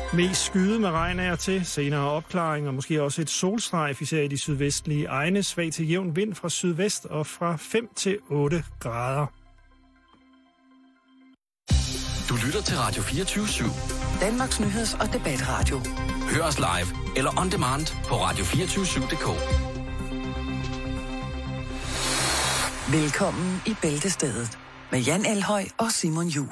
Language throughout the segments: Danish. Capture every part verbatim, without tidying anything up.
Mest skyde med regn af og til, senere opklaring og måske også et solstrejf, især i de sydvestlige egne. Svag til jævn vind fra sydvest og fra fem til otte grader. Du lytter til Radio fireogtyve syv. Danmarks nyheds- og debatradio. Hør os live eller on demand på radio to fire syv punktum d k. Velkommen i Bæltestedet med Jan Elhøj og Simon Juhl.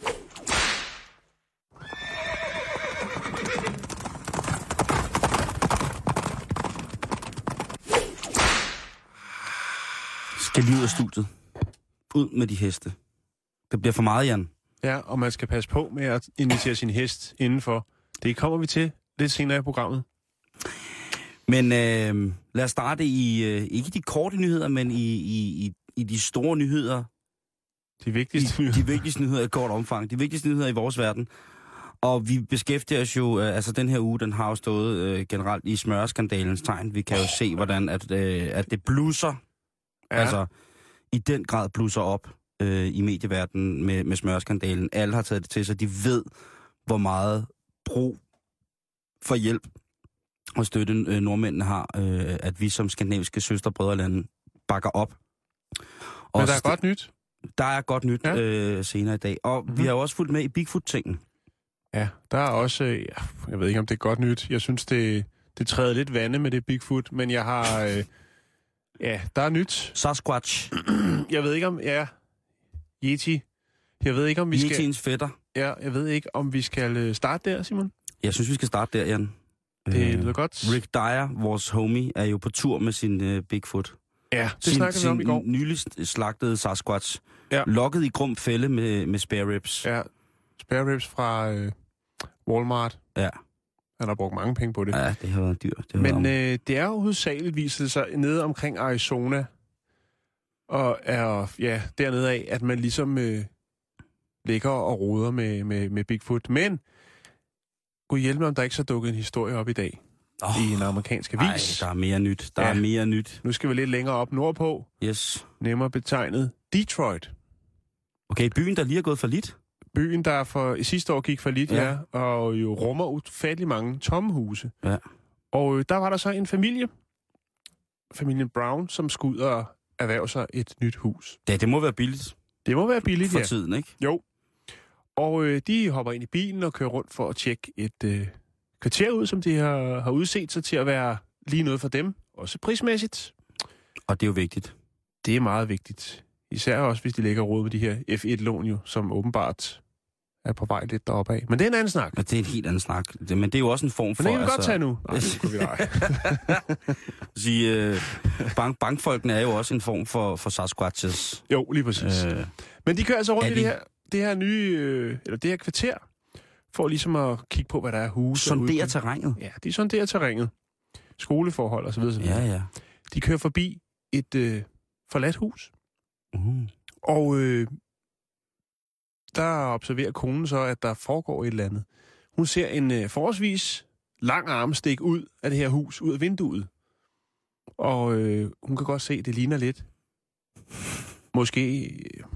Skal lige ud af studiet. Ud med de heste. Det bliver for meget, Jan. Ja, og man skal passe på med at invitere sin hest indenfor. Det kommer vi til lidt senere i programmet. Men øh, lad os starte i, øh, ikke de korte nyheder, men i, i, i, i de store nyheder. De vigtigste I, nyheder. De vigtigste nyheder i kort omfang. De vigtigste nyheder i vores verden. Og vi beskæftiger os jo, øh, altså den her uge, den har jo stået øh, generelt i smørskandalens tegn. Vi kan jo se, hvordan at, øh, at det blusser, ja. altså i den grad blusser op øh, i medieverdenen med, med smørskandalen. Alle har taget det til sig. De ved, hvor meget brug for hjælp og støtte øh, nordmændene har, øh, at vi som skandinaviske søsterbrødrelande bakker op. Og Men der er godt nyt. Der er godt nyt ja. øh, senere i dag. Og mm-hmm. vi har jo også fulgt med i Bigfoot-tingen. Ja, der er også, øh, jeg ved ikke om det er godt nyt. Jeg synes, det, det træder lidt vande med det Bigfoot, men jeg har, øh, ja, der er nyt. Sasquatch. Jeg ved ikke om, ja, Yeti. Jeg ved ikke om vi skal... Yetiens fætter. Ja, jeg ved ikke om vi skal starte der, Simon. Jeg synes, vi skal starte der, Jan. Det lyder godt. Rick Dyer, vores homie, er jo på tur med sin uh, Bigfoot. Ja, det sin, snakkede vi om i går. Sin nylig slagtede Sasquatch. Ja. Lokket i grum fælde med, med spare ribs. Ja, spare ribs fra øh, Walmart. Ja. Han har brugt mange penge på det. Ja, det har været dyrt. Det Men øh, det er jo hovedsageligt viset sig nede omkring Arizona. Og er ja, dernede af, at man ligesom øh, ligger og roder med, med, med Bigfoot. Men gud hjælpe mig, om der ikke så dukket en historie op i dag. Oh, i en amerikansk avis. Nej, der er mere nyt. Der ja. er mere nyt. Nu skal vi lidt længere op nordpå. Yes. Nemmere betegnet Detroit. Okay, byen, der lige er gået for lidt. Byen, der for sidste år gik for lidt, ja. ja, og jo rummer ufattelig mange tomme huse. Ja. Og øh, der var der så en familie, familien Brown, som skulle ud og erhverve sig et nyt hus. Ja, det må være billigt. Det må være billigt, for ja. For tiden, ikke? Jo. Og øh, de hopper ind i bilen og kører rundt for at tjekke et øh, kvarter ud, som de har, har udset sig til at være lige noget for dem. Også prismæssigt. Og det er jo vigtigt. Det er meget vigtigt. Især også, hvis de lægger råd med de her F et lån jo, som åbenbart er på vej lidt deroppe af. Men det er en anden snak. Men det er en helt anden snak. Det, men det er jo også en form for... Men det kan vi altså... godt tage nu. Nej, det kunne vi nej. Sige, øh, bank, bankfolkene er jo også en form for, for Sasquatches. Jo, lige præcis. Øh, Men de kører altså rundt de... i det her, det her nye, øh, eller det her kvarter, for ligesom at kigge på, hvad der er huse. Sondere terrænet. Ja, de sonderer terrænet. Skoleforhold og så videre. Ja, ja. De kører forbi et øh, forladt hus. Uh. Og øh, der observerer konen så, at der foregår et eller andet. Hun ser en øh, forholdsvis lang arm stikke ud af det her hus, ud af vinduet. Og øh, hun kan godt se, at det ligner lidt. Måske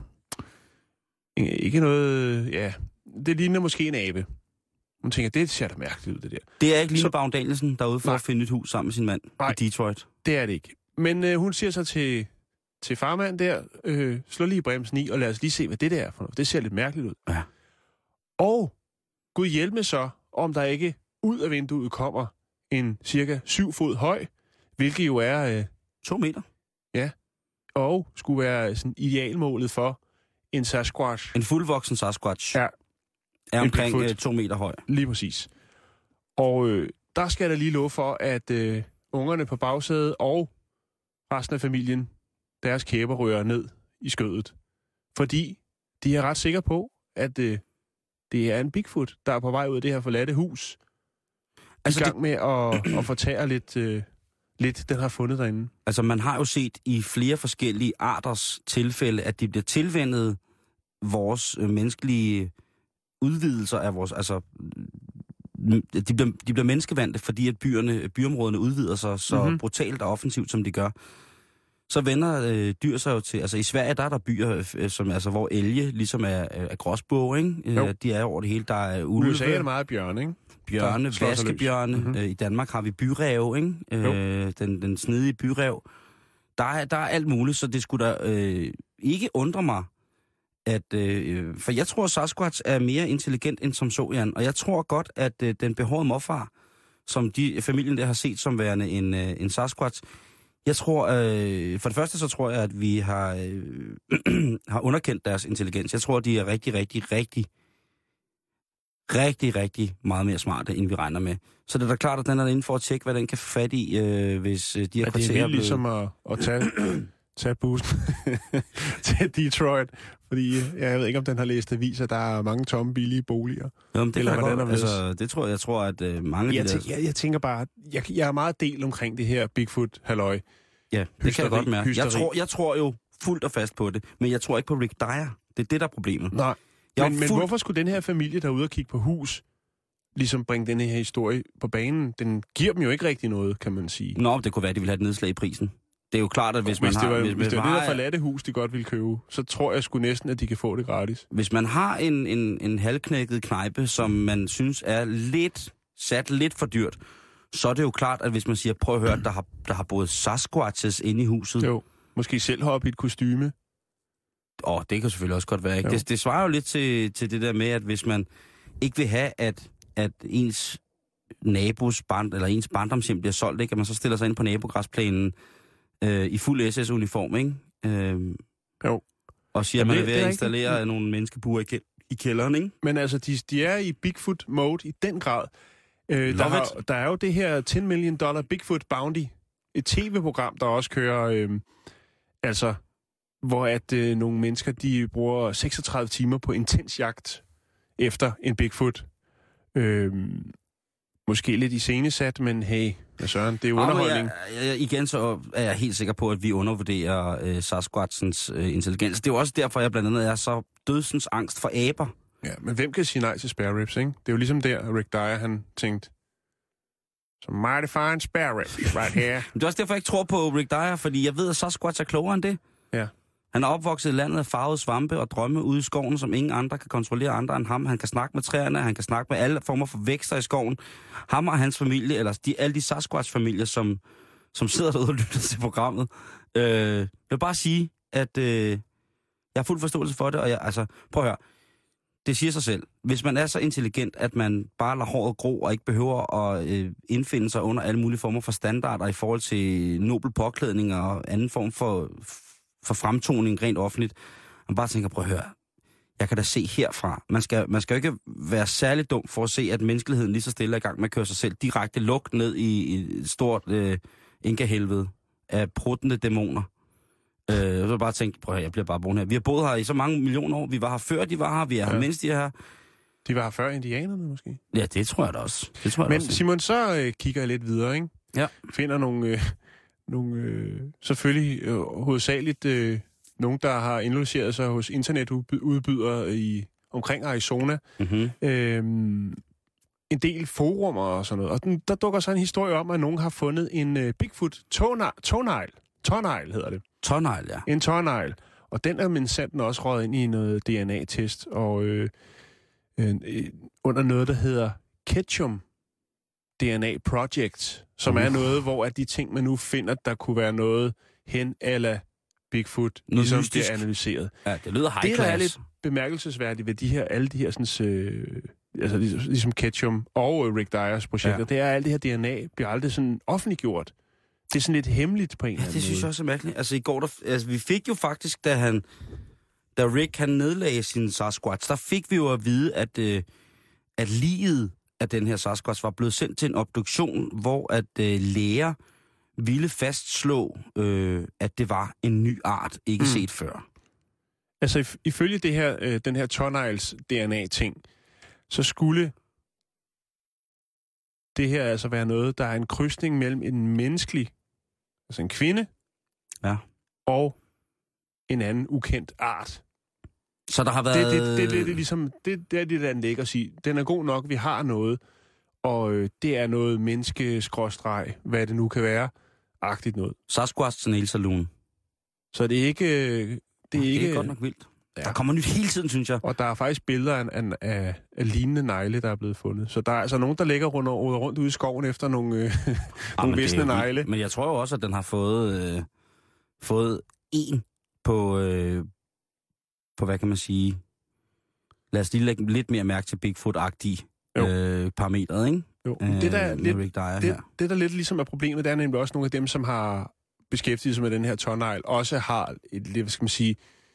øh, ikke noget... Ja, det ligner måske en abe. Hun tænker, det ser da mærkeligt ud, det der. Det er ikke Line Baum Danielsen, der er ude for nej. at finde et hus sammen med sin mand nej, i Detroit. Det er det ikke. Men øh, hun siger så til... til farmand der, øh, slå lige bremsen i, og lad os lige se, hvad det der er for noget. Det ser lidt mærkeligt ud. Ja. Og Gud hjælp med så, om der ikke ud af vinduet kommer en cirka syv fod høj, hvilket jo er... Øh, to meter. Ja. Og skulle være sådan idealmålet for en Sasquatch. En fuldvoksen Sasquatch. Ja. Er omkring øh, to meter høj. Lige præcis. Og øh, der skal jeg da lige love for, at øh, ungerne på bagsædet og resten af familien, deres kæber rører ned i skødet. Fordi de er ret sikre på, at øh, det er en Bigfoot, der er på vej ud af det her forladte hus. Altså, i gang det... med at, at fortære lidt, øh, lidt, den har fundet derinde. Altså, man har jo set i flere forskellige arters tilfælde, at de bliver tilvændet vores øh, menneskelige udvidelser af vores... Altså, de bliver, de bliver menneskevandte, fordi at byerne, byområderne udvider sig så mm-hmm. brutalt og offensivt, som de gør. Så vender øh, dyr sig jo til... Altså i Sverige, der er der byer, øh, som, altså, hvor elge ligesom er, er gråsbog, ikke? Øh, de er over det hele. Der er ulve. U S A er meget bjørn, ikke? bjørne, vaskebjørne. Mm-hmm. Øh, I Danmark har vi byræv, ikke? Øh, den, den snedige byræv. Der er, der er alt muligt, så det skulle da øh, ikke undre mig, at... Øh, for jeg tror, at Sasquatch er mere intelligent end som så, Jan. Og jeg tror godt, at øh, den behårede morfar, som de familien der har set som værende en, øh, en Sasquatch, jeg tror... Øh, for det første så tror jeg, at vi har, øh, har underkendt deres intelligens. Jeg tror, de er rigtig, rigtig, rigtig... rigtig, rigtig meget mere smarte, end vi regner med. Så det er da klart, at den er inde for at tjekke, hvad den kan få fat i, øh, hvis de her kvarterer er blevet... Det er ligesom at, at tage, tage bussen til Detroit, fordi jeg ved ikke, om den har læst aviser, der er mange tomme, billige boliger. Jamen, det, eller hvordan godt, altså, det tror jeg, jeg tror, at øh, mange jeg, af de tænker, jeg, jeg tænker bare, jeg, jeg er meget del omkring det her Bigfoot-halløj. Ja, det hysteri, kan jeg godt mærke. Jeg tror, jeg tror jo fuldt og fast på det, men jeg tror ikke på Rick Dyer. Det er det, der er problemet. Nej. Men, fuld... men hvorfor skulle den her familie, der er ude og kigge på hus, ligesom bringe denne her historie på banen? Den giver dem jo ikke rigtig noget, kan man sige. Nå, det kunne være, at de ville have et nedslag i prisen. Det er jo klart, at hvis, hvis man har... Var, hvis, hvis det var har, det der forladte hus, de godt ville købe, så tror jeg sgu næsten, at de kan få det gratis. Hvis man har en, en, en halvknækket knejpe, som man synes er lidt sat lidt for dyrt, så er det jo klart, at hvis man siger, prøv at høre, der har, der har boet Sasquatches inde i huset. Jo, måske selv hoppe i et kostyme. Åh, oh, det kan selvfølgelig også godt være, ikke? Det, det svarer jo lidt til, til det der med, at hvis man ikke vil have, at, at ens nabos barn, eller ens barndomshjem bliver solgt, ikke? At man så stiller sig ind på nabogræsplænen øh, i fuld S S-uniform, ikke? Øh, jo. Og siger, Jamen, at man er ved at installere ikke... nogle menneskebuer i, kæ- i kælderen, ikke? Men altså, de, de er i Bigfoot-mode i den grad. Øh, der, har, der er jo det her ti million dollar Bigfoot Bounty, et tv-program, der også kører, øh, altså... hvor at øh, nogle mennesker, de bruger seksogtredive timer på intens jagt efter en Bigfoot. Øhm, måske lidt iscenesat, men hey, hvad søren, det er underholdning. Jeg, jeg, igen så er jeg helt sikker på, at vi undervurderer øh, Sasquatchens øh, intelligens. Det er jo også derfor, jeg blandt andet er så dødsens angst for aber. Ja, men hvem kan sige nej til spare ribs, ikke? Det er jo ligesom der, Rick Dyer, han tænkte, så mighty fine spare ribs right here. Det er også derfor, jeg ikke tror på Rick Dyer, fordi jeg ved, at Sasquatch er klogere end det. Ja. Han er opvokset i landet af farvede svampe og drømme ude i skoven, som ingen andre kan kontrollere andre end ham. Han kan snakke med træerne, han kan snakke med alle former for vækster i skoven. Ham og hans familie, eller de, alle de Sasquatch-familier, som, som sidder derude og lytter til programmet. Øh, jeg vil bare sige, at øh, jeg har fuld forståelse for det, og jeg, altså, prøv at høre. Det siger sig selv. Hvis man er så intelligent, at man bare lader håret gro og ikke behøver at øh, indfinde sig under alle mulige former for standarder i forhold til nobel påklædning og anden form for... for fremtoning rent offentligt. Man bare tænker, prøv at høre, jeg kan da se herfra. Man skal, man skal jo ikke være særlig dum for at se, at menneskeligheden lige så stille er i gang med at køre sig selv direkte lukt ned i, i et stort øh, inkahelvede af pruttende dæmoner. Øh, så bare tænke, prøv at høre, jeg bliver bare boende her. Vi har boet her i så mange millioner år. Vi var her før de var her, vi er ja. her mens de er her. De var her før indianerne måske? Ja, det tror jeg da også. Det tror jeg Men også. Simon, så øh, kigger jeg lidt videre, ikke? Ja. Finder nogle... Øh, Nogle, øh, selvfølgelig øh, hovedsageligt øh, nogen, der har indlogeret sig hos internetudbydere i omkring Arizona. Mm-hmm. Øh, en del forumer og sådan noget. Og den, der dukker så en historie om, at nogen har fundet en øh, Bigfoot toenail. Toenail hedder det. Toenail, ja. En toenail. Og den er mindsanden også røget ind i noget D N A-test. Og øh, øh, under noget, der hedder Ketchum D N A Project, som uh. er noget, hvor at de ting, man nu finder, der kunne være noget hen eller Bigfoot, noget ligesom mystisk. Bliver analyseret. Ja, det lyder high det, class. Det, der er lidt bemærkelsesværdigt ved de her, alle de her, sådan, øh, altså ligesom Ketchum og øh, Rick Dyers projekter, ja. Det er, at alt det her D N A bliver aldrig sådan offentliggjort. Det er sådan lidt hemmeligt på en ja, eller anden det synes måde. jeg også er mærkeligt. Altså i går, der, altså, vi fik jo faktisk, da han, da Rick han nedlagde sin Sasquatch, der fik vi jo at vide, at, øh, at liget at den her Sasquatch var blevet sendt til en obduktion, hvor at øh, læger ville fastslå, øh, at det var en ny art, ikke mm. set før. Altså if, ifølge det her, øh, den her toenails D N A-ting, så skulle det her altså være noget, der er en krydsning mellem en menneskelig, altså en kvinde, ja. og en anden ukendt art. Så der har været... Det, det, det, det, det, ligesom, det, det er det, der ligger at sige. Den er god nok, vi har noget, og øh, det er noget menneskeskråstreg, hvad det nu kan være, agtigt noget. Sasquatch Nail Saloon. Så det er ikke... Det er, det ikke, er godt nok vildt. Ja. Der kommer nyt hele tiden, synes jeg. Og der er faktisk billeder af, af, af, af lignende negle, der er blevet fundet. Så der er altså nogen, der ligger rundt, rundt ude i skoven efter nogle, øh, nogle visne negle. Men jeg tror jo også, at den har fået, øh, fået en på, øh, på, hvad kan man sige, lad os lige lægge lidt mere mærke til Bigfoot-agtige øh, parametre, ikke? Jo, øh, det, der lidt, Rick Dyer det, her. det, der lidt ligesom er problemet, det er nemlig også nogle af dem, som har beskæftiget sig med den her tårnegl, også har et, hvad skal man sige,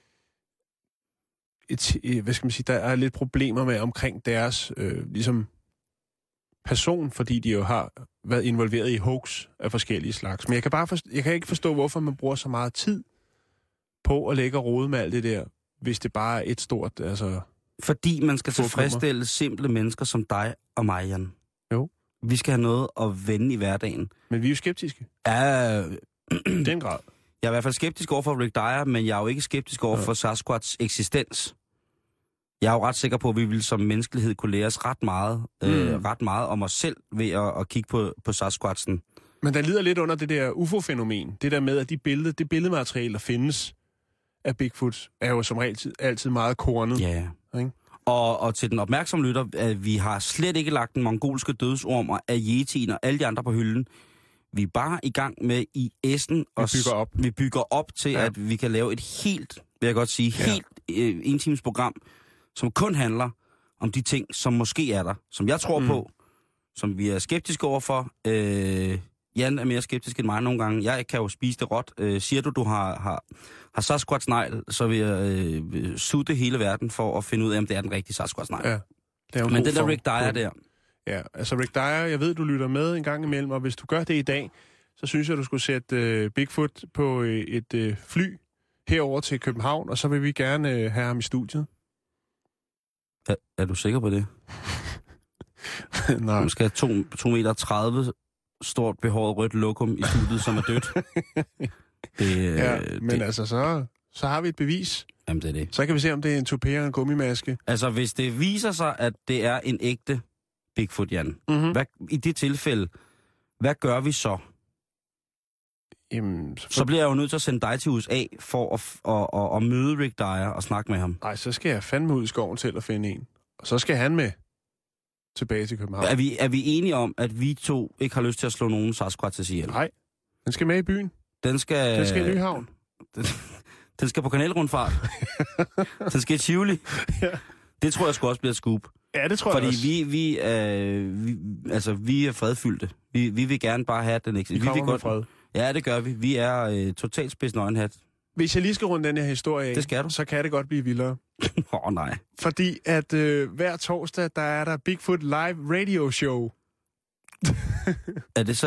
et, hvad skal man sige, der er lidt problemer med omkring deres øh, ligesom person, fordi de jo har været involveret i hoax af forskellige slags. Men jeg kan bare forstå, jeg kan ikke forstå, hvorfor man bruger så meget tid på at lægge og rode med alt det der, hvis det bare er et stort, altså... Fordi man skal tilfredsstille simple mennesker som dig og mig, Jan. Jo. Vi skal have noget at vende i hverdagen. Men vi er jo skeptiske. Ja, I den grad. jeg er i hvert fald skeptisk over for Rick Dyer, men jeg er jo ikke skeptisk over ja. for Sasquatchs eksistens. Jeg er jo ret sikker på, at vi vil som menneskelighed kunne lære os ret meget, mm. øh, ret meget om os selv ved at, at kigge på, på Sasquatchen. Men der lider lidt under det der U F O-fænomen. Det der med, at de billede, det billedmateriale, der findes af Bigfoot, er jo som regel altid meget kornet. Ja. Ikke? Og, og til den opmærksomme lytter, at vi har slet ikke lagt den mongolske dødsorm og Yetien og alle de andre på hylden. Vi er bare i gang med i Essen. Vi bygger op. Vi bygger op til, ja. at vi kan lave et helt, vil jeg godt sige, ja. helt øh, intimt program, som kun handler om de ting, som måske er der, som jeg tror mm. på, som vi er skeptiske overfor. Øh, Jan er mere skeptisk end mig nogle gange. Jeg kan jo spise det råt. Øh, siger du, du har, har, har Sasquatch-negl, så vil jeg øh, sutte hele verden for at finde ud af, om det er den rigtige Sasquatch-negl. Ja, men den der Rick Dyer der... Ja, altså Rick Dyer, jeg ved, du lytter med en gang imellem, og hvis du gør det i dag, så synes jeg, du skulle sætte øh, Bigfoot på øh, et øh, fly herover til København, og så vil vi gerne øh, have ham i studiet. Er, er du sikker på det? Nej. Du skal have to meter tredive stort behåret rødt lokum i studiet, som er dødt. Det, ja, det, men altså, så, så har vi et bevis. Jamen, det er det. Så kan vi se, om det er en toupé og en gummimaske. Altså, hvis det viser sig, at det er en ægte Bigfoot, Jan, mm-hmm. hvad, i det tilfælde, hvad gør vi så? Jamen, så, for... så bliver jeg jo nødt til at sende dig til U S A for at, at, at, at møde Rick Dyer og snakke med ham. Nej, så skal jeg fandme ud i skoven til at finde en. Og så skal han med tilbage til København. Er vi, er vi enige om, at vi to ikke har lyst til at slå nogen Sasquatch ihjel? Nej, den skal med i byen. Den skal... Den skal i Nyhavn. Den, den skal på kanalrundfart. Den skal i Tivoli. Ja. Det tror jeg sgu også bliver et scoop. Ja, det tror Fordi jeg også. Fordi vi, øh, vi, altså, vi er fredfyldte. Vi, vi vil gerne bare have den eksistens. Vi kommer vi vil med fred. Ja, det gør vi. Vi er øh, totalt spids nøgenhat. Hvis jeg lige skal runde den her historie af, det skal du. Så kan det godt blive vildere. Åh, oh, nej. Fordi at øh, hver torsdag, der er der Bigfoot Live Radio Show. Er det så...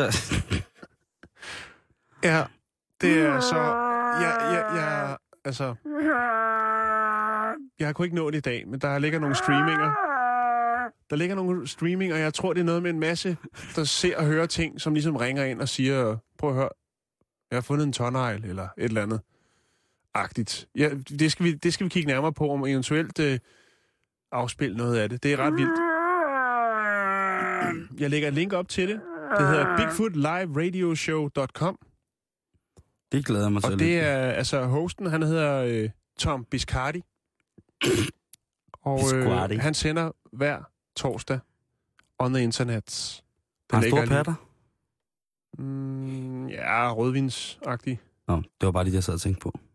Ja, det er så... Ja, ja, ja, altså... Jeg kunne ikke nå det i dag, men der ligger nogle streaminger. Der ligger nogle streaming, og jeg tror, det er noget med en masse, der ser og hører ting, som ligesom ringer ind og siger, prøv at høre, jeg har fundet en tårnegl, eller et eller andet agtigt. Ja, det skal vi, det skal vi kigge nærmere på, om eventuelt øh, afspille noget af det. Det er ret vildt. Jeg lægger et link op til det. Det hedder bigfoot live radio show punktum com. Det glæder mig til. Og det er, altså, hosten, han hedder øh, Tom Biscardi. Og øh, han sender hver torsdag on the internet. Har han store patter? Mm, ja, rødvinsagtig. Nå, det var bare det, jeg sad og tænkte på.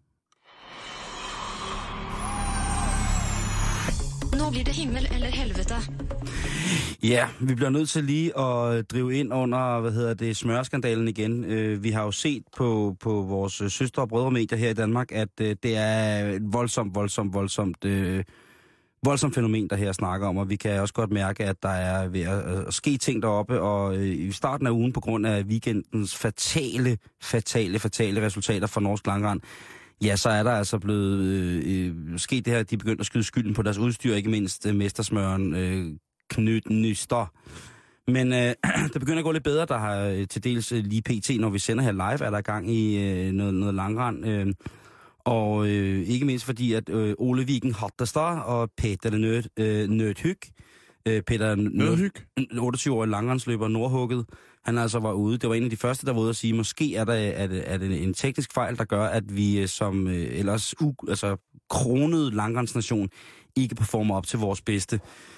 Nu bliver det himmel eller helvete. Ja, vi bliver nødt til lige at drive ind under, hvad hedder det, smørskandalen igen. Vi har jo set på, på vores søstre- og brødremedier her i Danmark, at det er et voldsomt, voldsomt, voldsomt, øh, voldsomt fænomen, der her snakker om, og vi kan også godt mærke, at der er ved at ske ting deroppe, og øh, i starten af ugen, på grund af weekendens fatale, fatale, fatale resultater for norsk langrend, ja, så er der altså blevet øh, sket det her, at de begyndte at skyde skylden på deres udstyr, ikke mindst øh, mestersmøren øh, Knud Nyster. Men øh, det begynder at gå lidt bedre, der har øh, til dels øh, lige pt, når vi sender her live, er der gang i øh, noget, noget langrend. Øh, og øh, ikke mindst fordi, at øh, Ole Viken Hottestad og Peter Nødt øh, Nødhyg Øh, Peter, Nødhyg. en otteogtyve-årig langrendsløber, nordhugget, han altså var ude. Det var en af de første, der var ude at sige, måske er der er det, er det en teknisk fejl, der gør, at vi som øh, ellers u, altså, kronet langrendsnation ikke performer op til vores bedste.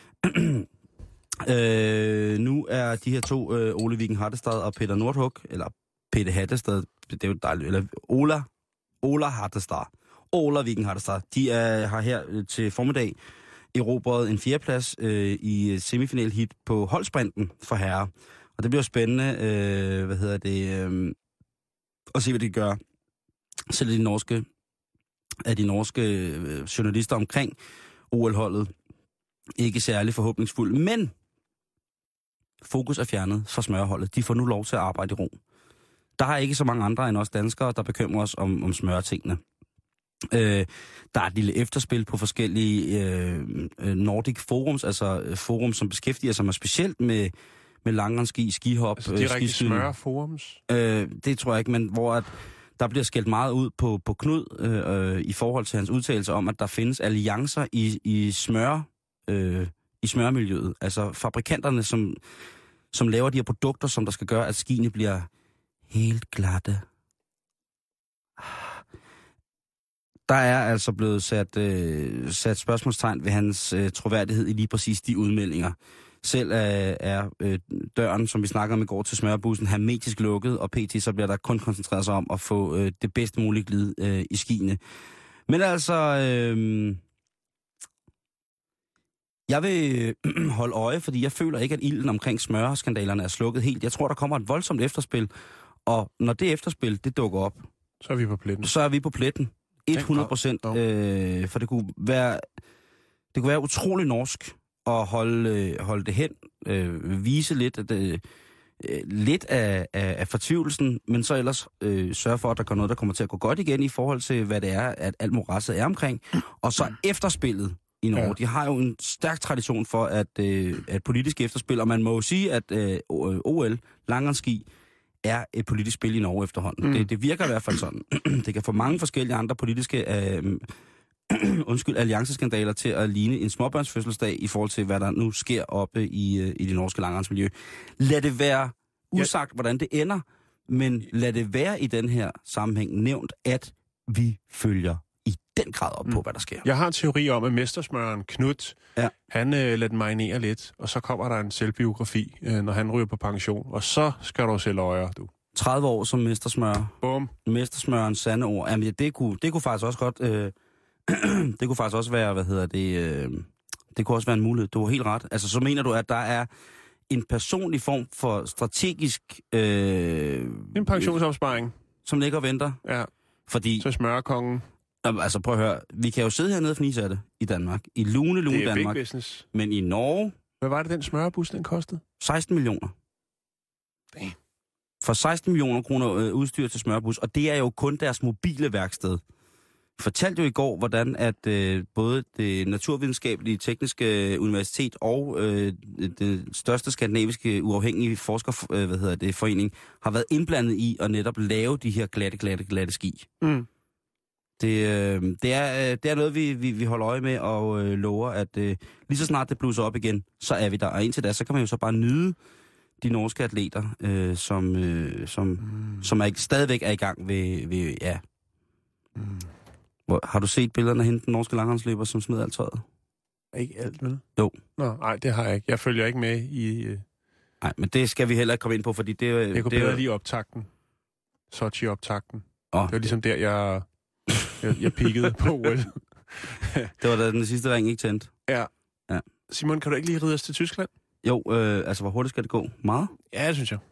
øh, nu er de her to, øh, Ole Viking Hattestad og Peter Nordhug, eller Peter Hattestad, det er jo dejligt, eller Ola, Ola Hattestad, Ola Viking Hattestad, de er, har her til formiddag erobret en fjerdeplads øh, i semifinalhit på holdsprinten for herrer. Og det bliver spændende, øh, hvad hedder det, øh, at se, hvad de gør. Selv de norske, af de norske øh, journalister omkring O L-holdet ikke særlig forhåbningsfulde, men fokus er fjernet fra smørholdet. De får nu lov til at arbejde i ro. Der er ikke så mange andre end os danskere, der bekymrer os om, om smørtingene. Øh, der er et lille efterspil på forskellige øh, Nordic forums, altså forum, som beskæftiger sig med specielt med, med langrendsski, skihop, altså direkte smøre forums? Øh, det tror jeg ikke, men hvor at der bliver skældt meget ud på, på Knud øh, i forhold til hans udtalelse om, at der findes alliancer i, i smør, øh, i smørmiljøet. Altså fabrikanterne, som, som laver de her produkter, som der skal gøre, at skiene bliver helt glatte. Der er altså blevet sat, øh, sat spørgsmålstegn ved hans øh, troværdighed i lige præcis de udmeldinger. Selv øh, er øh, døren, som vi snakker om i går til smørbussen, hermetisk lukket, og pt. Så bliver der kun koncentreret sig om at få øh, det bedst mulige glid øh, i skiene. Men altså, øh, jeg vil øh, holde øje, fordi jeg føler ikke, at ilden omkring smørskandalerne er slukket helt. Jeg tror, der kommer et voldsomt efterspil, og når det efterspil, det dukker op, så er vi på pletten. Så er vi på pletten. hundrede procent. Øh, for det kunne være, det kunne være utrolig norsk at holde, holde det hen, øh, vise lidt, at, øh, lidt af, af, af fortvivlelsen, men så ellers øh, sørge for, at der går noget, der kommer til at gå godt igen i forhold til, hvad det er, at alt morasset er omkring. Og så efterspillet i Norge. Ja. De har jo en stærk tradition for, at, øh, at politisk efterspil, og man må jo sige, at øh, O L, langrendsski, er et politisk spil i Norge efterhånden. Mm. Det, det virker i hvert fald sådan. Det kan få mange forskellige andre politiske øh, undskyld, allianceskandaler til at ligne en småbørnsfødselsdag i forhold til, hvad der nu sker oppe i, øh, i det norske langrendsmiljø. Lad det være usagt, ja. Hvordan det ender, men lad det være i den her sammenhæng nævnt, at vi følger i den grad op mm. på, hvad der sker. Jeg har en teori om, at mestersmøren Knut, ja. han øh, lader den marinere lidt, og så kommer der en selvbiografi, øh, når han ryger på pension, og så skal du selv øje, du. tredive år som mestersmør. Bum. Mestersmørens sande ord. Jamen, det kunne, det kunne faktisk også godt... Øh, det kunne faktisk også være, hvad hedder det... Øh, det kunne også være en mulighed. Du har helt ret. Altså, så mener du, at der er en personlig form for strategisk... Øh, en pensionsopsparing. Som ligger og venter. Ja. Fordi... Så smørkongen. Altså prøv at høre, vi kan jo sidde hernede og fnise af det i Danmark. I lune, lune det er Danmark. Big business. Men i Norge... Hvad var det, den smørebus, den kostede? seksten millioner. Damn. For seksten millioner kroner øh, udstyr til smørebus, og det er jo kun deres mobile værksted. Jeg fortalte jo i går, hvordan at øh, både det naturvidenskabelige tekniske universitet og øh, det største skandinaviske uafhængige forsker, øh, hvad hedder det, forening, har været indblandet i at netop lave de her glatte, glatte, glatte ski. Mm. Det, øh, det, er, øh, det er noget, vi, vi, vi holder øje med og øh, lover, at øh, lige så snart det blusser op igen, så er vi der. Og indtil da, så kan man jo så bare nyde de norske atleter, øh, som, øh, som, mm. som er, stadigvæk er i gang ved, ved ja. Mm. Hvor, har du set billederne af hende, den norske langrensløber, som smed alt tøjet? Ikke alt, vel? Jo. Nå, nej, det har jeg ikke. Jeg følger ikke med i... Øh... Nej, men det skal vi heller ikke komme ind på, fordi det... Jeg kunne det, bedre det, lide optakten. Sochi-optakten. Oh. Det var ligesom der, jeg, jeg, jeg pikkede på O L. Det var da den sidste ring ikke tændt. Ja. ja. Simon, kan du ikke lige ride os til Tyskland? Jo, øh, altså hvor hurtigt skal det gå? Meget? Ja, det synes jeg.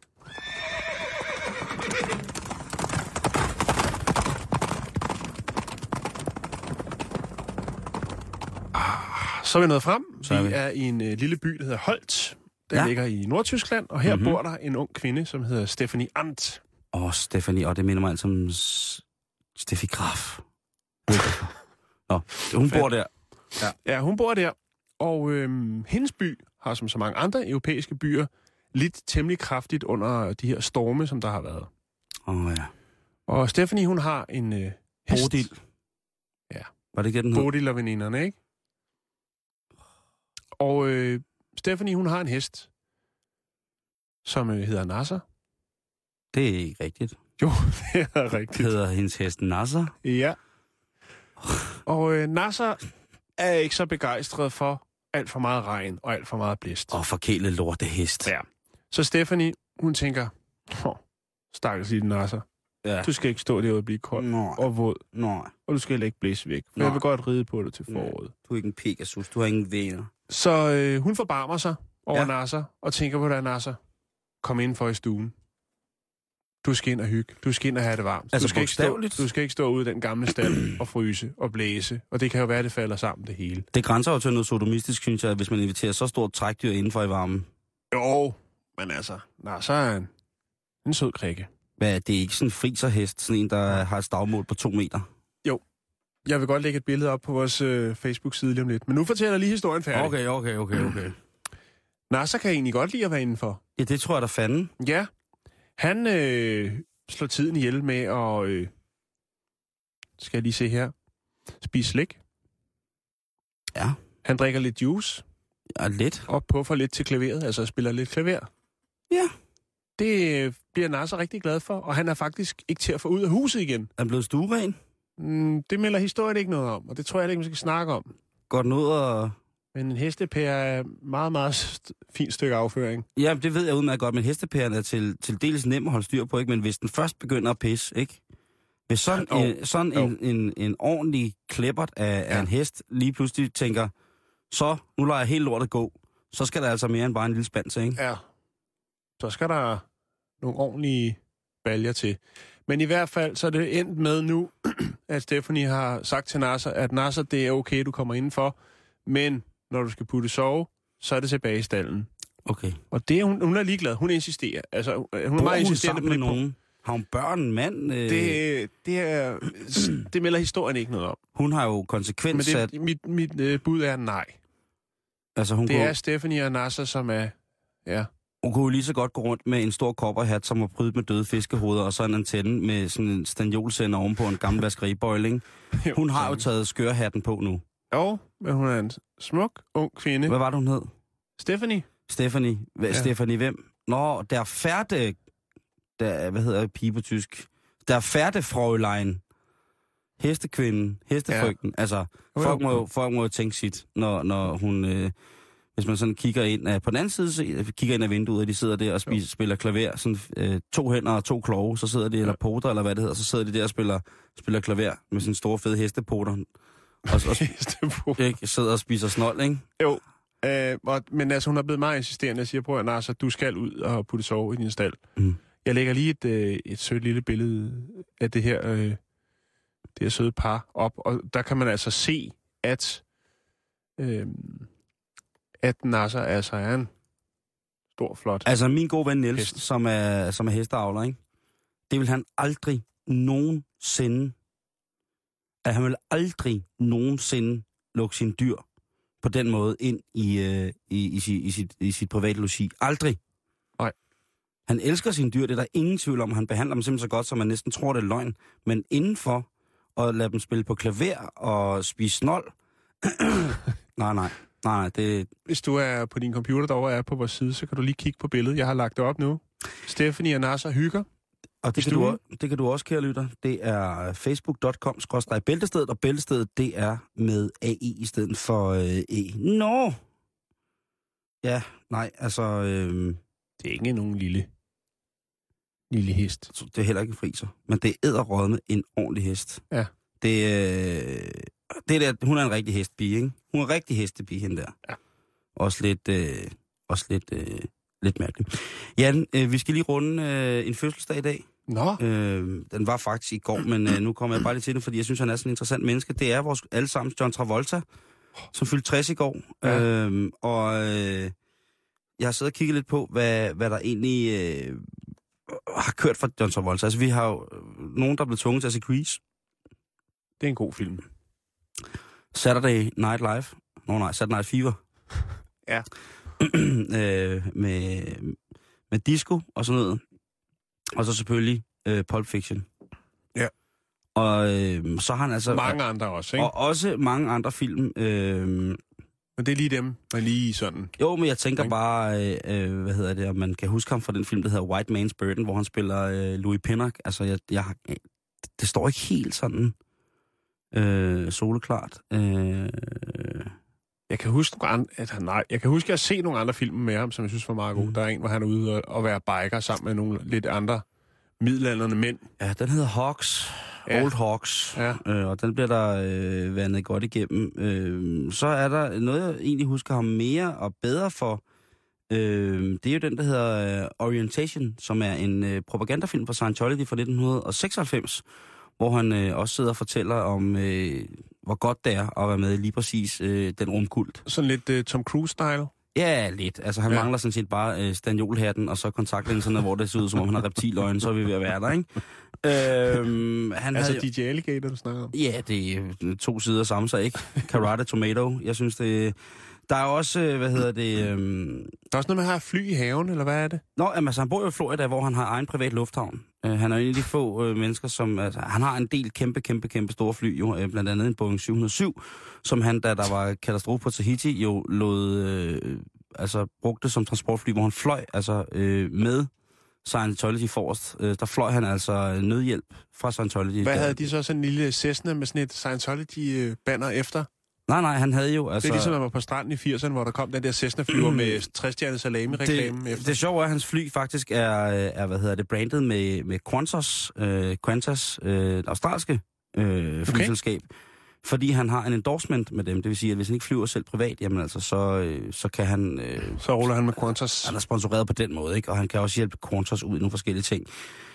Så er vi nået frem. Vi er, vi er i en uh, lille by, der hedder Holt. Den ja. ligger i Nordtyskland, og her mm-hmm. bor der en ung kvinde, som hedder Stephanie Arndt. Åh, oh, Stephanie, og det minder mig altså om S- Steffi Graf. Nå, hun bor der. Ja, ja hun bor der. Og øhm, hendes by har, som så mange andre europæiske byer, lidt temmelig kraftigt under de her storme, som der har været. Åh, oh, ja. Og Stephanie, hun har en øh, hest. Bodil. Ja. Var det ikke den hed? Bodil og veninderne, ikke? Og øh, Stephanie, hun har en hest, som øh, hedder Nasser. Det er ikke rigtigt. Jo, det er rigtigt. Hedder hendes hest Nasser? Ja. Og øh, Nasser er ikke så begejstret for alt for meget regn og alt for meget blæst. Og forkælet lorte hest. Ja. Så Stephanie, hun tænker, åh, stakkels lille Nasser. Ja. Du skal ikke stå derude og blive kold Nå. og våd. Nå. Og du skal heller ikke blæse væk, for Nå. jeg vil godt ride på dig til foråret. Du er ikke en Pegasus, du har ingen venner. Så øh, hun forbarmer sig over Ja. ja. Nasser og tænker på dig, Nasser. Kom ind for i stuen. Du skal ind og hygge. Du skal ind og have det varmt. Altså du, skal ikke stå, bogstaveligt? du skal ikke stå ude i den gamle stald og fryse og blæse. Og det kan jo være, at det falder sammen det hele. Det grænser jo til noget sodomistisk, synes jeg, hvis man inviterer så stort trækdyr indenfor i varmen. Jo, men altså, Nasser er en, en sød krikke. Hvad, det er ikke sådan en friserhest, sådan en, der har et stavmål på to meter. Jeg vil godt lægge et billede op på vores øh, Facebook-side lige om lidt. Men nu fortæller jeg lige historien færdig. Okay, okay, okay, okay. Nasser kan egentlig godt lide at være indenfor. Ja, det tror jeg, der fanden. Ja, han øh, slår tiden ihjel med at, øh, skal jeg lige se her, spise slik. Ja. Han drikker lidt juice Ja, lidt. og puffer lidt til klaveret, altså spiller lidt klaver. Ja. Det øh, bliver Nasser rigtig glad for, og han er faktisk ikke til at få ud af huset igen. Er den blevet stueren? Mm, det melder historien ikke noget om, og det tror jeg ikke, vi skal snakke om. Går den ud og... Men en hestepære er meget, meget st- fint stykke afføring. Ja, det ved jeg udmærket godt, men hestepæren er til, til dels nem at holde styr på, ikke? Men hvis den først begynder at pisse, ikke? Hvis sådan, Jo. en, sådan en, en, en ordentlig klippert af, ja. af en hest lige pludselig tænker, så nu lader jeg helt lortet gå, så skal der altså mere end bare en lille spand til, ikke? Ja. Så skal der nogle ordentlige baljer til. Men i hvert fald, så er det endt med nu, at Stephanie har sagt til Nasser, at Nasser, det er okay, du kommer indenfor, men når du skal putte sove, så er det tilbage i stallen. Okay. Og det er hun, hun er ligeglad. Hun insisterer. Altså, hun er Bor meget hun insisterende sammen på med det. nogen? Har hun børn, en mand? Øh, Det, det, er, det melder historien ikke noget om. Hun har jo konsekvent Men sat... det, mit, mit uh, bud er nej. Altså, hun Det kunne, er Stephanie og Nasser, som er... Ja. hun kunne jo lige så godt gå rundt med en stor kopperhat, som var prydet med døde fiskehoveder, og så en antenne med sådan en stanjolsender ovenpå en gammel vaskeribøjle, ikke? Hun har jo taget skørhatten på nu. Jo, men hun er en smuk, ung kvinde. Hvad var det, hun hed? Stephanie? Stephanie. Hva, Ja. Stephanie hvem? Nå, der færde... Der, hvad hedder pige på tysk? Der færde Fräulein. Hestekvinden. Hestefrygten. Ja. Altså, folk må, jo, folk må jo tænke sit, når, når hun... Øh, hvis man sådan kigger ind... Øh, på den anden side, så, kigger ind af vinduet, og de sidder der og spiser, spiller klaver. Sådan øh, to hænder og to kloge, så sidder de, eller poter, eller hvad det hedder, så sidder de der og spiller, spiller klaver med sin store fede hestepoter. Og, og, Hestepoter. ikke, sidder og spiser snold, ikke? Jo, øh, og, men altså hun er blevet meget insisterende og siger, prøv at Nasser, du skal ud og putte sove i din stald. Mm. Jeg lægger lige et, øh, et sødt lille billede af det her, øh, det her søde par op, og der kan man altså se, at, øh, at Nasser altså er en stor, flot. Altså min gode ven Niels, Hest. som er, som er hesteavler, ikke? Det vil han aldrig nogensinde, at han vil aldrig nogensinde lukke sin dyr på den måde ind i, øh, i, i, sit, i, sit, i sit private logi. Aldrig. Nej. Han elsker sine dyr, det er der ingen tvivl om. Han behandler dem simpelthen så godt, så man næsten tror, det er løgn. Men indenfor at lade dem spille på klaver og spise snold, nej, nej. Nej, nej, det... Hvis du er på din computer derovre og er på vores side, så kan du lige kigge på billedet. Jeg har lagt det op nu. Stephanie og Nasser hygger. Og det kan, du, også- det kan du også, kære lytter. Det er facebook punktum com skråstreg bæltestedet, og bæltestedet, det er med A I i stedet for øh, E. Nå! Ja, nej, altså... Øh, Det er ikke nogen lille, lille hest. det er heller ikke en friser, men det er edderrådende en ordentlig hest. Ja. Det, øh, det der, hun er en rigtig hestpige, ikke? Hun er en rigtig hestepige, hende der. Ja. Også lidt, øh, også lidt, øh, lidt mærkeligt. Jan, øh, vi skal lige runde øh, en fødselsdag i dag. Nå, Øh, den var faktisk i går, men øh, nu kommer jeg bare lige til det, fordi jeg synes, han er sådan en interessant menneske. Det er vores allesammen John Travolta, som fyldte tres i går. Ja. Øh, og øh, jeg har siddet og kigget lidt på, hvad, hvad der egentlig øh, har kørt for John Travolta. Altså, vi har jo nogen, der er blevet tvunget til at se Grease. det er en god film. Saturday Night Live. Nå nej, Saturday Night Fever. Ja. øh, med, med disco og sådan noget. Og så selvfølgelig øh, Pulp Fiction. Ja. Og øh, så har han altså... Mange andre også, ikke? Og også mange andre film. Øh, Men Men det er lige dem, man lige sådan... Jo, men jeg tænker Okay. bare, øh, øh, hvad hedder det, om man kan huske ham fra den film, der hedder White Man's Burden, hvor han spiller øh, Louis Pinnock. Altså, jeg, jeg, jeg, det står ikke helt sådan øh, soleklart. Øh, Jeg kan huske nogle andre, at han, nej, jeg kan huske, at jeg har set nogle andre film med ham, som jeg synes var meget gode. Mm. Der er en, hvor han er ude og, og være biker sammen med nogle lidt andre middelaldrende mænd. ja, den hedder Hawks. Ja. Old Hawks. Ja. Øh, og den bliver der øh, vandet godt igennem. Øh, så er der noget, jeg egentlig husker ham mere og bedre for. Øh, det er jo den, der hedder øh, Orientation, som er en øh, propagandafilm fra Scientology fra nitten seksoghalvfems, hvor han øh, også sidder og fortæller om, øh, hvor godt det er at være med i lige præcis øh, den rumkult. Sådan lidt uh, Tom Cruise-style. Ja, lidt. Altså, han Ja. ja. mangler sådan set bare øh, stanjolhatten og så kontaktlinserne, hvor det ser ud, som om han har reptiløjne, så er vi ved at være der, ikke? Øhm, han Altså havde, D J Alligator, du snakker om. ja, det er to sider af samme sag, ikke? Karate Tomato. Jeg synes, det... Der er også, øh, hvad hedder det... Øhm... Der er også noget med at have fly i haven, eller hvad er det? Nå, jamen, altså, han bor jo i Florida, hvor han har egen privat lufthavn. Uh, han er en af de få øh, mennesker, som... Altså, han har en del kæmpe, kæmpe, kæmpe store fly, jo. Øh, blandt andet en Boeing syv hundrede og syv, som han, da der var katastrofe på Tahiti, jo lod... Øh, altså, brugte som transportfly, hvor han fløj, altså, øh, med Scientology forrest. Øh, der fløj han altså nødhjælp fra Scientology. Hvad der, havde de så sådan en lille Cessna med sådan et Scientology-banner efter? Nej, nej, han havde jo... Altså, Det er ligesom, at man var på stranden i firserne, hvor der kom den der Cessna-flyver med tres-stjernede salami-reklamen det, efter. det sjove er, at hans fly faktisk er, er hvad hedder det, brandet med, med Qantas, øh, Qantas øh, australske øh, flyselskab. Okay. Fordi han har en endorsement med dem. Det vil sige, at hvis han ikke flyver selv privat, jamen altså, så, øh, så kan han... Øh, Så ruller han med Qantas. han er sponsoreret på den måde, ikke? Og han kan også hjælpe Qantas ud i nogle forskellige ting.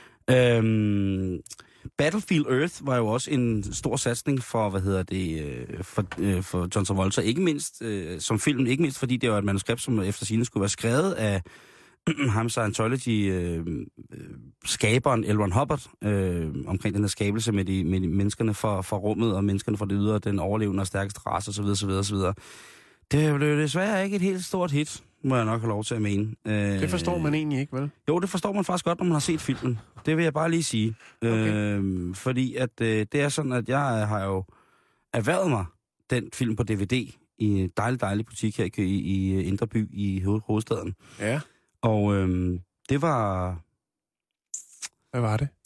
Øhm, Battlefield Earth var jo også en stor satsning for, hvad hedder det, øh, for, øh, for John Travolta. Ikke mindst øh, som film, ikke mindst fordi det var et manuskript, som efter sigende skulle være skrevet af ham Scientology-skaberen øh, L. Ron Hubbard, øh, omkring den her skabelse med de, med de menneskerne fra, fra rummet, og menneskerne fra det ydre, den overlevende og stærkeste race osv. osv., osv. Det blev desværre ikke et helt stort hit, må jeg nok have lov til at mene. Øh, Det forstår man egentlig ikke, vel? Jo, det forstår man faktisk godt, når man har set filmen. Det vil jeg bare lige sige. Okay. Øh, fordi at øh, det er sådan, at jeg har jo erhvervet mig den film på D V D i en dejlig, dejlig butik her i, i, i Indre By i hoved, hovedstaden. Ja. Og øh, det var... Hvad var det?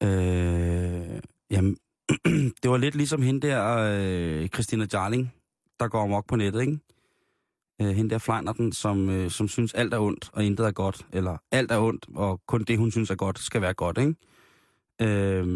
Øh, jamen, det var lidt ligesom hende der, øh, Christina Jarling, der går amok på nettet, ikke? Øh, hende der Flejnerten, som, øh, som synes alt er ondt, og intet er godt. Eller alt er ondt, og kun det, hun synes er godt, skal være godt, ikke? Øh,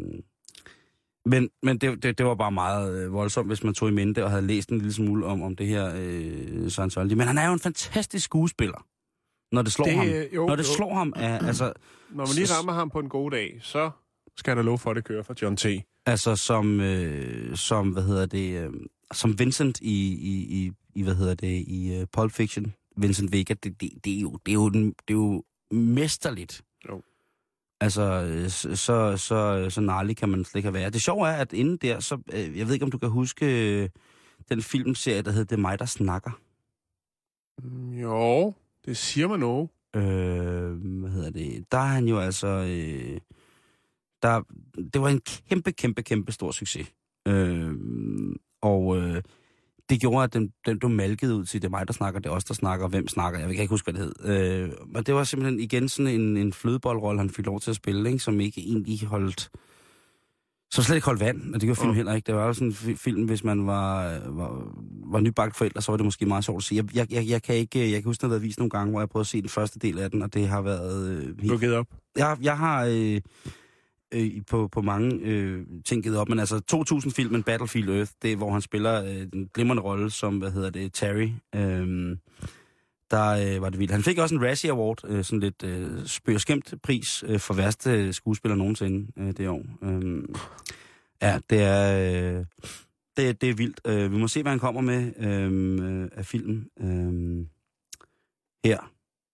men men det, det, det var bare meget øh, voldsomt, hvis man tog i mente og havde læst en lille smule om, om det her øh, Scientology. Men han er jo en fantastisk skuespiller, når det slår Det, ham. jo, når det jo. slår ham, er, altså... Når man lige rammer ham på en god dag, så skal der lov for, at det kører for John T. Altså som, øh, som hvad hedder det, øh, som Vincent i, i, i, i, hvad hedder det, i uh, Pulp Fiction, Vincent Vega, det, det, det, er, jo, det, er, jo, den, det er jo mesterligt. Jo. Altså, så, så, så, så narlig kan man slet ikke have været. Det sjove er, at inden der, så, øh, jeg ved ikke, om du kan huske øh, den filmserie, der hedder Det er mig, der snakker. Mm, Jo, det siger man noget. Øh, hvad hedder det? Der er han jo altså... Øh, der, det var en kæmpe, kæmpe, kæmpe stor succes. Øh, og øh, det gjorde, at den, den blev malket ud til, det er mig, der snakker, det er os, der snakker, hvem snakker, jeg kan ikke huske, hvad det hed. Øh, men det var simpelthen igen sådan en, en flødeboldrolle, han fik lov til at spille, ikke? Som ikke egentlig holdt... Som slet ikke holdt vand, og det gjorde film Mm. heller ikke. Det var jo sådan en film, hvis man var, var, var nybagt forældre, så var det måske meget sjovt at se. Jeg, jeg, jeg, jeg kan ikke, jeg kan huske, at der har været vist nogle gange, hvor jeg prøvede at se den første del af den, og det har været... Øh, Du har givet op. jeg, jeg har øh, øh, på, på mange øh, ting givet op, men altså to tusind-filmen Battlefield Earth, det er, hvor han spiller øh, en glimrende rolle som, hvad hedder det, Terry. Øh, der øh, var det vildt. Han fik også en Razzie Award, øh, sådan lidt øh, spøg og skæmt pris øh, for værste skuespiller nogensinde øh, det år. Øh, ja, det er, øh, det, det er vildt. Øh, vi må se, hvad han kommer med øh, af filmen øh, her.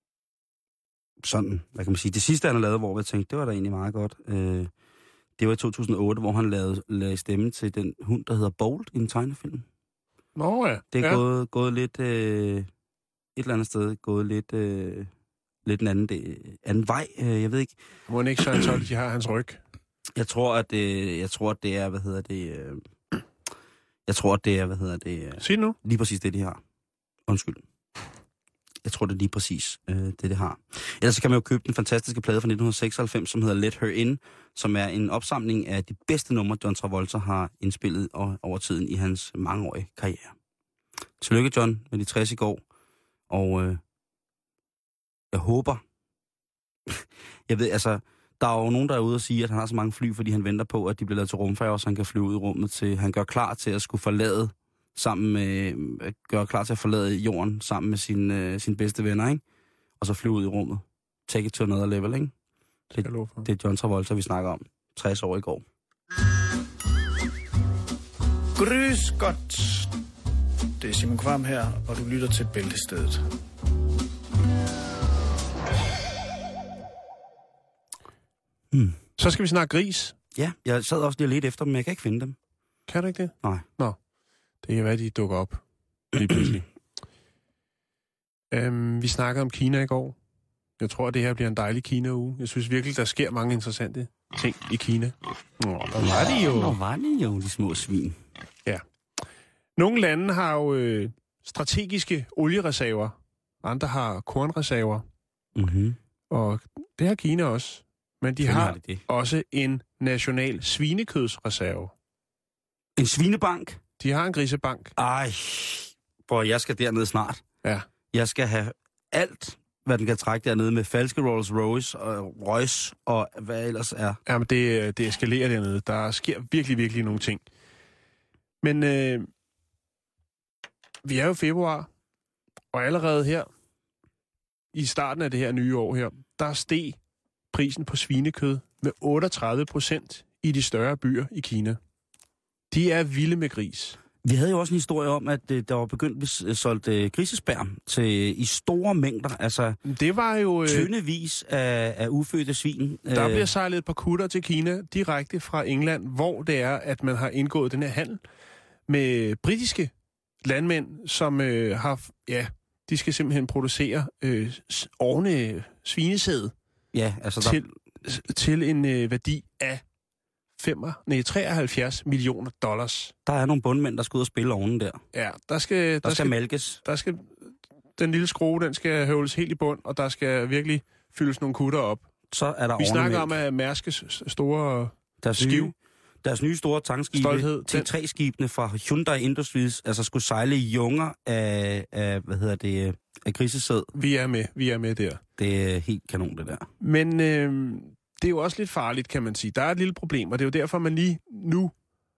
Sådan, hvad kan man sige. Det sidste, han har lavet, hvor jeg tænkte, det var da egentlig meget godt. Øh, det var i to tusind og otte, hvor han lavede, lavede stemme til den hund, der hedder Bolt i en tegnefilm. Nå ja. Det er ja. gået, gået lidt... Øh, et eller andet sted gået lidt, øh, lidt en anden, det, anden vej. Øh, jeg ved ikke. Må ikke Scientology har hans ryg? Jeg tror, at det, jeg tror, at det er, hvad hedder det... Øh, jeg tror, at det er, hvad hedder det... Øh, Sig nu. lige præcis det, de har. Undskyld. Jeg tror, det er lige præcis øh, det, det har. Ellers så kan man jo købe den fantastiske plade fra nitten seksoghalvfems, som hedder Let Her In, som er en opsamling af de bedste numre, John Travolta har indspillet over tiden i hans mangeårige karriere. Tillykke, John, med de tres i går. Og øh, jeg håber... jeg ved, altså... Der er jo nogen, der er ude og sige, at han har så mange fly, fordi han venter på, at de bliver lavet til rumfærger, så han kan flyve ud i rummet til... Han gør klar til at skulle forlade sammen med... Gør klar til at forlade jorden sammen med sin, øh, sine bedste venner, ikke? Og så flyve ud i rummet. Take it to another level, ikke? Det, det er John Travolta, vi snakker om. tres år i går. Grüß Gott. Det er Simon Kvam her, og du lytter til Bæltestedet. Hmm. Så skal vi snakke gris. Ja, jeg sad også lige lidt efter dem, men jeg kan ikke finde dem. Kan du ikke det? Nej. Nå, det kan være, at de dukker op lige pludselig. øhm, vi snakkede om Kina i går. Jeg tror, at det her bliver en dejlig Kina-uge. Jeg synes virkelig, der sker mange interessante ting i Kina. Nå, der var de jo. Nå, var de jo, de små svin. Ja. Nogle lande har jo øh, strategiske oliereserver. Andre har kornreserver. Mhm. Og det har Kina også. Men de har, har de det. også en national svinekødsreserve. En svinebank? De har en grisebank. Ej, hvor jeg skal dernede snart. Ja. Jeg skal have alt, hvad den kan trække dernede med falske Rolls Royce og Royce og hvad ellers er. Jamen, det, det eskalerer dernede. Der sker virkelig, virkelig nogle ting. Men øh, vi er jo i februar, og allerede her, i starten af det her nye år her, der steg prisen på svinekød med otteogtredive procent i de større byer i Kina. De er vilde med gris. Vi havde jo også en historie om, at øh, der var begyndt at blive solgt øh, grisespærm til, i store mængder. Altså det var jo øh, tyndevis af, af ufødte svin. Der bliver sejlet et par kutter til Kina direkte fra England, hvor det er, at man har indgået den her handel med britiske landmænd, som øh, har, ja, de skal simpelthen producere øh, ordne svinesæd. Ja, altså til, der... til en øh, værdi af fem, nej, treoghalvfjerds millioner dollars. Der er nogle bundmænd, der skal ud og spille ovnen der. Ja, der skal... Der, der skal, skal malkes. Der skal... Den lille skrue, den skal høvles helt i bund, og der skal virkelig fyldes nogle kutter op. Så er der Vi snakker mælk. om, at Mærskes store deres skiv... Nye, deres nye store tankskibe, T tre skibene fra Hyundai Industries, altså skulle sejle junger af, af hvad hedder det, af grisesæd. Vi er med, vi er med der. Det er helt kanon, det der. Men øh, det er jo også lidt farligt, kan man sige. Der er et lille problem, og det er jo derfor, man lige nu...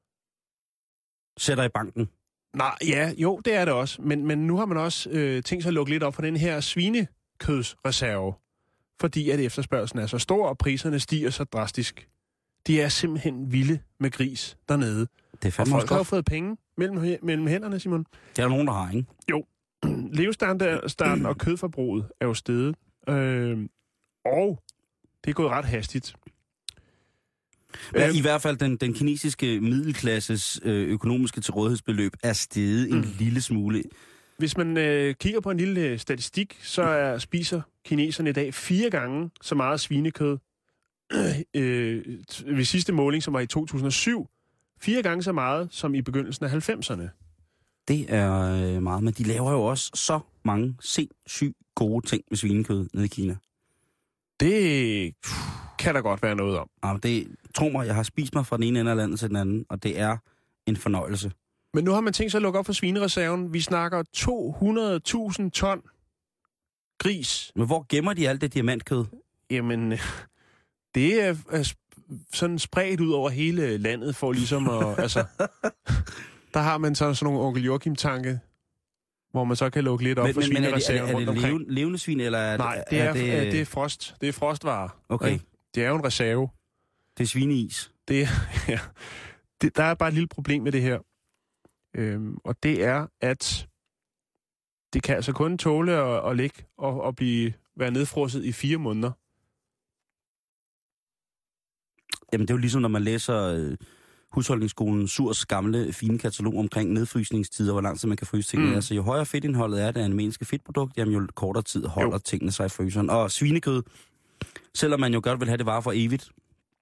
Sætter i banken. Nej, ja, jo, det er det også. Men, men nu har man også øh, tænkt sig at lukke lidt op for den her svinekødsreserve, fordi at efterspørgselen er så stor, og priserne stiger så drastisk. De er simpelthen vilde med gris dernede. Det er fandme og folk har jo fået penge mellem, mellem hænderne, Simon. Det er der nogen, der har, ikke? Jo. Levestandarden og kødforbruget er jo steget. Øh, og det er gået ret hastigt. Ja, I hvert fald den, den kinesiske middelklasses øh, økonomiske tilrådighedsbeløb er steget en mm. lille smule. Hvis man øh, kigger på en lille statistik, så er, spiser kineserne i dag fire gange så meget svinekød øh, ved sidste måling, som var i to tusind og syv. Fire gange så meget som i begyndelsen af halvfemserne. Det er øh, meget, men de laver jo også så mange sindssygt gode ting med svinekød nede i Kina. Det kan der godt være noget om. Ja, det, tro mig, jeg har spist mig fra den ene ende af landet til den anden, og det er en fornøjelse. Men nu har man tænkt sig at lukke op for svinereserven. Vi snakker to hundrede tusind ton gris. Men hvor gemmer de alt det diamantkød? Jamen, det er, er sådan spredt ud over hele landet for ligesom at... altså, der har man så sådan nogle onkel Joachim-tanke, hvor man så kan lukke lidt op men, for svinereserven rundt omkring. Er det levende svin, eller er Nej, det er, er, det... det er frost. Det er frostvarer. Okay. Ja. Det er jo en reserve. Det er svineis. Det, ja. det, der er bare et lille problem med det her. Øhm, og det er, at det kan altså kun tåle at, at ligge og, og blive, være nedfrosset i fire måneder. Jamen, det er jo ligesom, når man læser øh, husholdningsskolen Surs gamle fine katalog omkring nedfrysningstider, hvor lang tid man kan fryse tingene. Mm. Altså, jo højere fedtindholdet er det animalske fedtprodukt, jamen jo kortere tid holder jo. tingene sig i fryseren. Og svinekød, selvom man jo godt vil have det varer for evigt,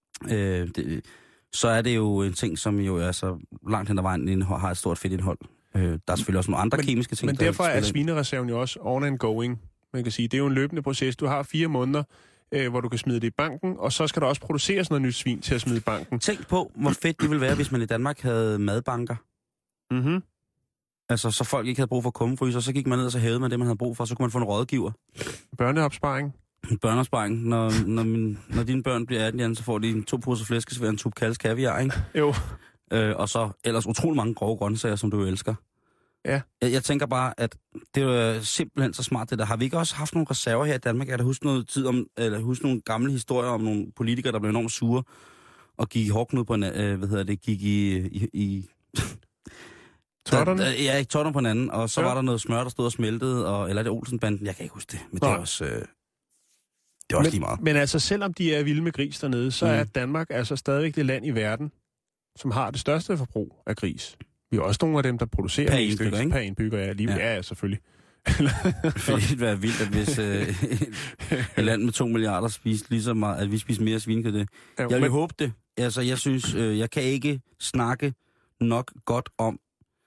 øh, det, så er det jo en ting, som jo altså langt hen ad vejen har et stort fedtindhold. Øh, der er selvfølgelig også nogle andre men, kemiske ting, Men der derfor er spiller ind. svinereserven jo også on and going. Man kan sige, det er jo en løbende proces. Du har fire måneder, øh, hvor du kan smide det i banken, og så skal der også produceres noget nyt svin til at smide i banken. Tænk på, hvor fedt det ville være, hvis man i Danmark havde madbanker. Mhm. Altså, så folk ikke havde brug for kummefryser, så gik man ned og så hævede man det, man havde brug for, så kunne man få en rådgiver. Børneopsparing. En børneopsparing. Når, når, min, når dine børn bliver atten, så får de en to poser flæskesvær, en tub kalds kaviar, ikke? Jo. Øh, og så ellers utrolig mange grove grøntsager, som du elsker. Ja. Jeg, jeg tænker bare, at det er simpelthen så smart det der. Har vi ikke også haft nogle reserver her i Danmark? Jeg kan huske noget tid om, eller huske nogle gamle historier om nogle politikere, der blev enormt sure og gik i hårdknud på en, øh, hvad hedder det, gik i... i, i Totterne? Der, ja, ikke totterne på hinanden, og så Ja. var der noget smør, der stod og smeltede, og, eller er det Olsenbanden? Jeg kan ikke huske det, men det Nej. er også, øh, det er også men, lige meget. Men altså, selvom de er vilde med gris dernede, så Mm. er Danmark altså stadigvæk det land i verden, som har det største forbrug af gris. Vi er også nogle af dem, der producerer Per mest indbygger, gris. ikke? Per indbygger, ja. Lige, Ja. ja. ja, selvfølgelig. Det ville være vildt, at hvis øh, et land med to milliarder spiste lige så meget, at vi spiser mere svinekød det. Ja, Jeg vil men, håbe det. Altså, jeg synes, øh, jeg kan ikke snakke nok godt om,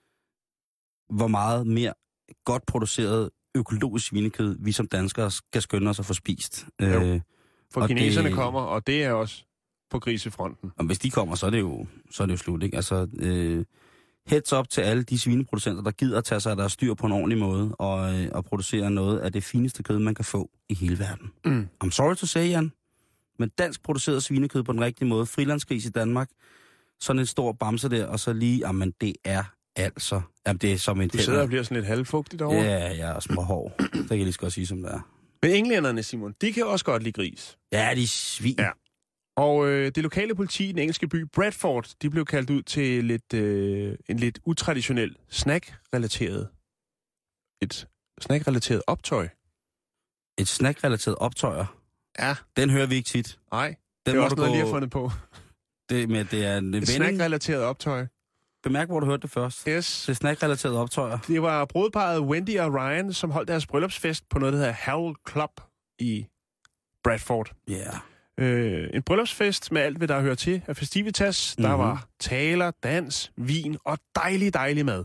hvor meget mere godt produceret økologisk svinekød, vi som danskere skal skynde os at få spist. Jo. Øh, for og kineserne det- kommer, og det er også på grisefronten. og hvis de kommer, så er det jo, så er det jo slut, ikke? Altså, øh, heads up til alle de svineproducenter, der gider at tage sig af deres dyr på en ordentlig måde, og, øh, og producere noget af det fineste kød, man kan få i hele verden. Mm. I'm sorry to say, Jan, men dansk produceret svinekød på den rigtige måde, frilandsgris i Danmark, sådan en stor bamse der, og så lige, jamen det er altså, jamen det er som en Du sidder og bliver sådan lidt halvfugtig derovre. Ja, ja, og små hår. Det kan jeg lige så godt sige, som det er. Men englænderne, Simon, de kan også godt lide gris. Ja, de er svin. Ja. Og øh, det lokale politi i den engelske by Bradford, de blev kaldt ud til lidt, øh, en lidt utraditionel snack-relateret, et snack-relateret optøj. Et snack-relateret optøjer, Ja. den hører vi ikke tit. Nej, Den det er må også du noget, gå- jeg lige har fundet på. Det med, det er en Et vending. snack-relateret optøj. Bemærk, hvor du hørte det først. Yes. Det er snack-relateret optøjer. Det var brudparret Wendy og Ryan, som holdt deres bryllupsfest på noget, der hedder Harrow Club i Bradford. Ja. Yeah. Øh, en bryllupsfest med alt, hvad der hører til af festivitas. Mm-hmm. Der Mhm. var taler, dans, vin og dejlig, dejlig mad.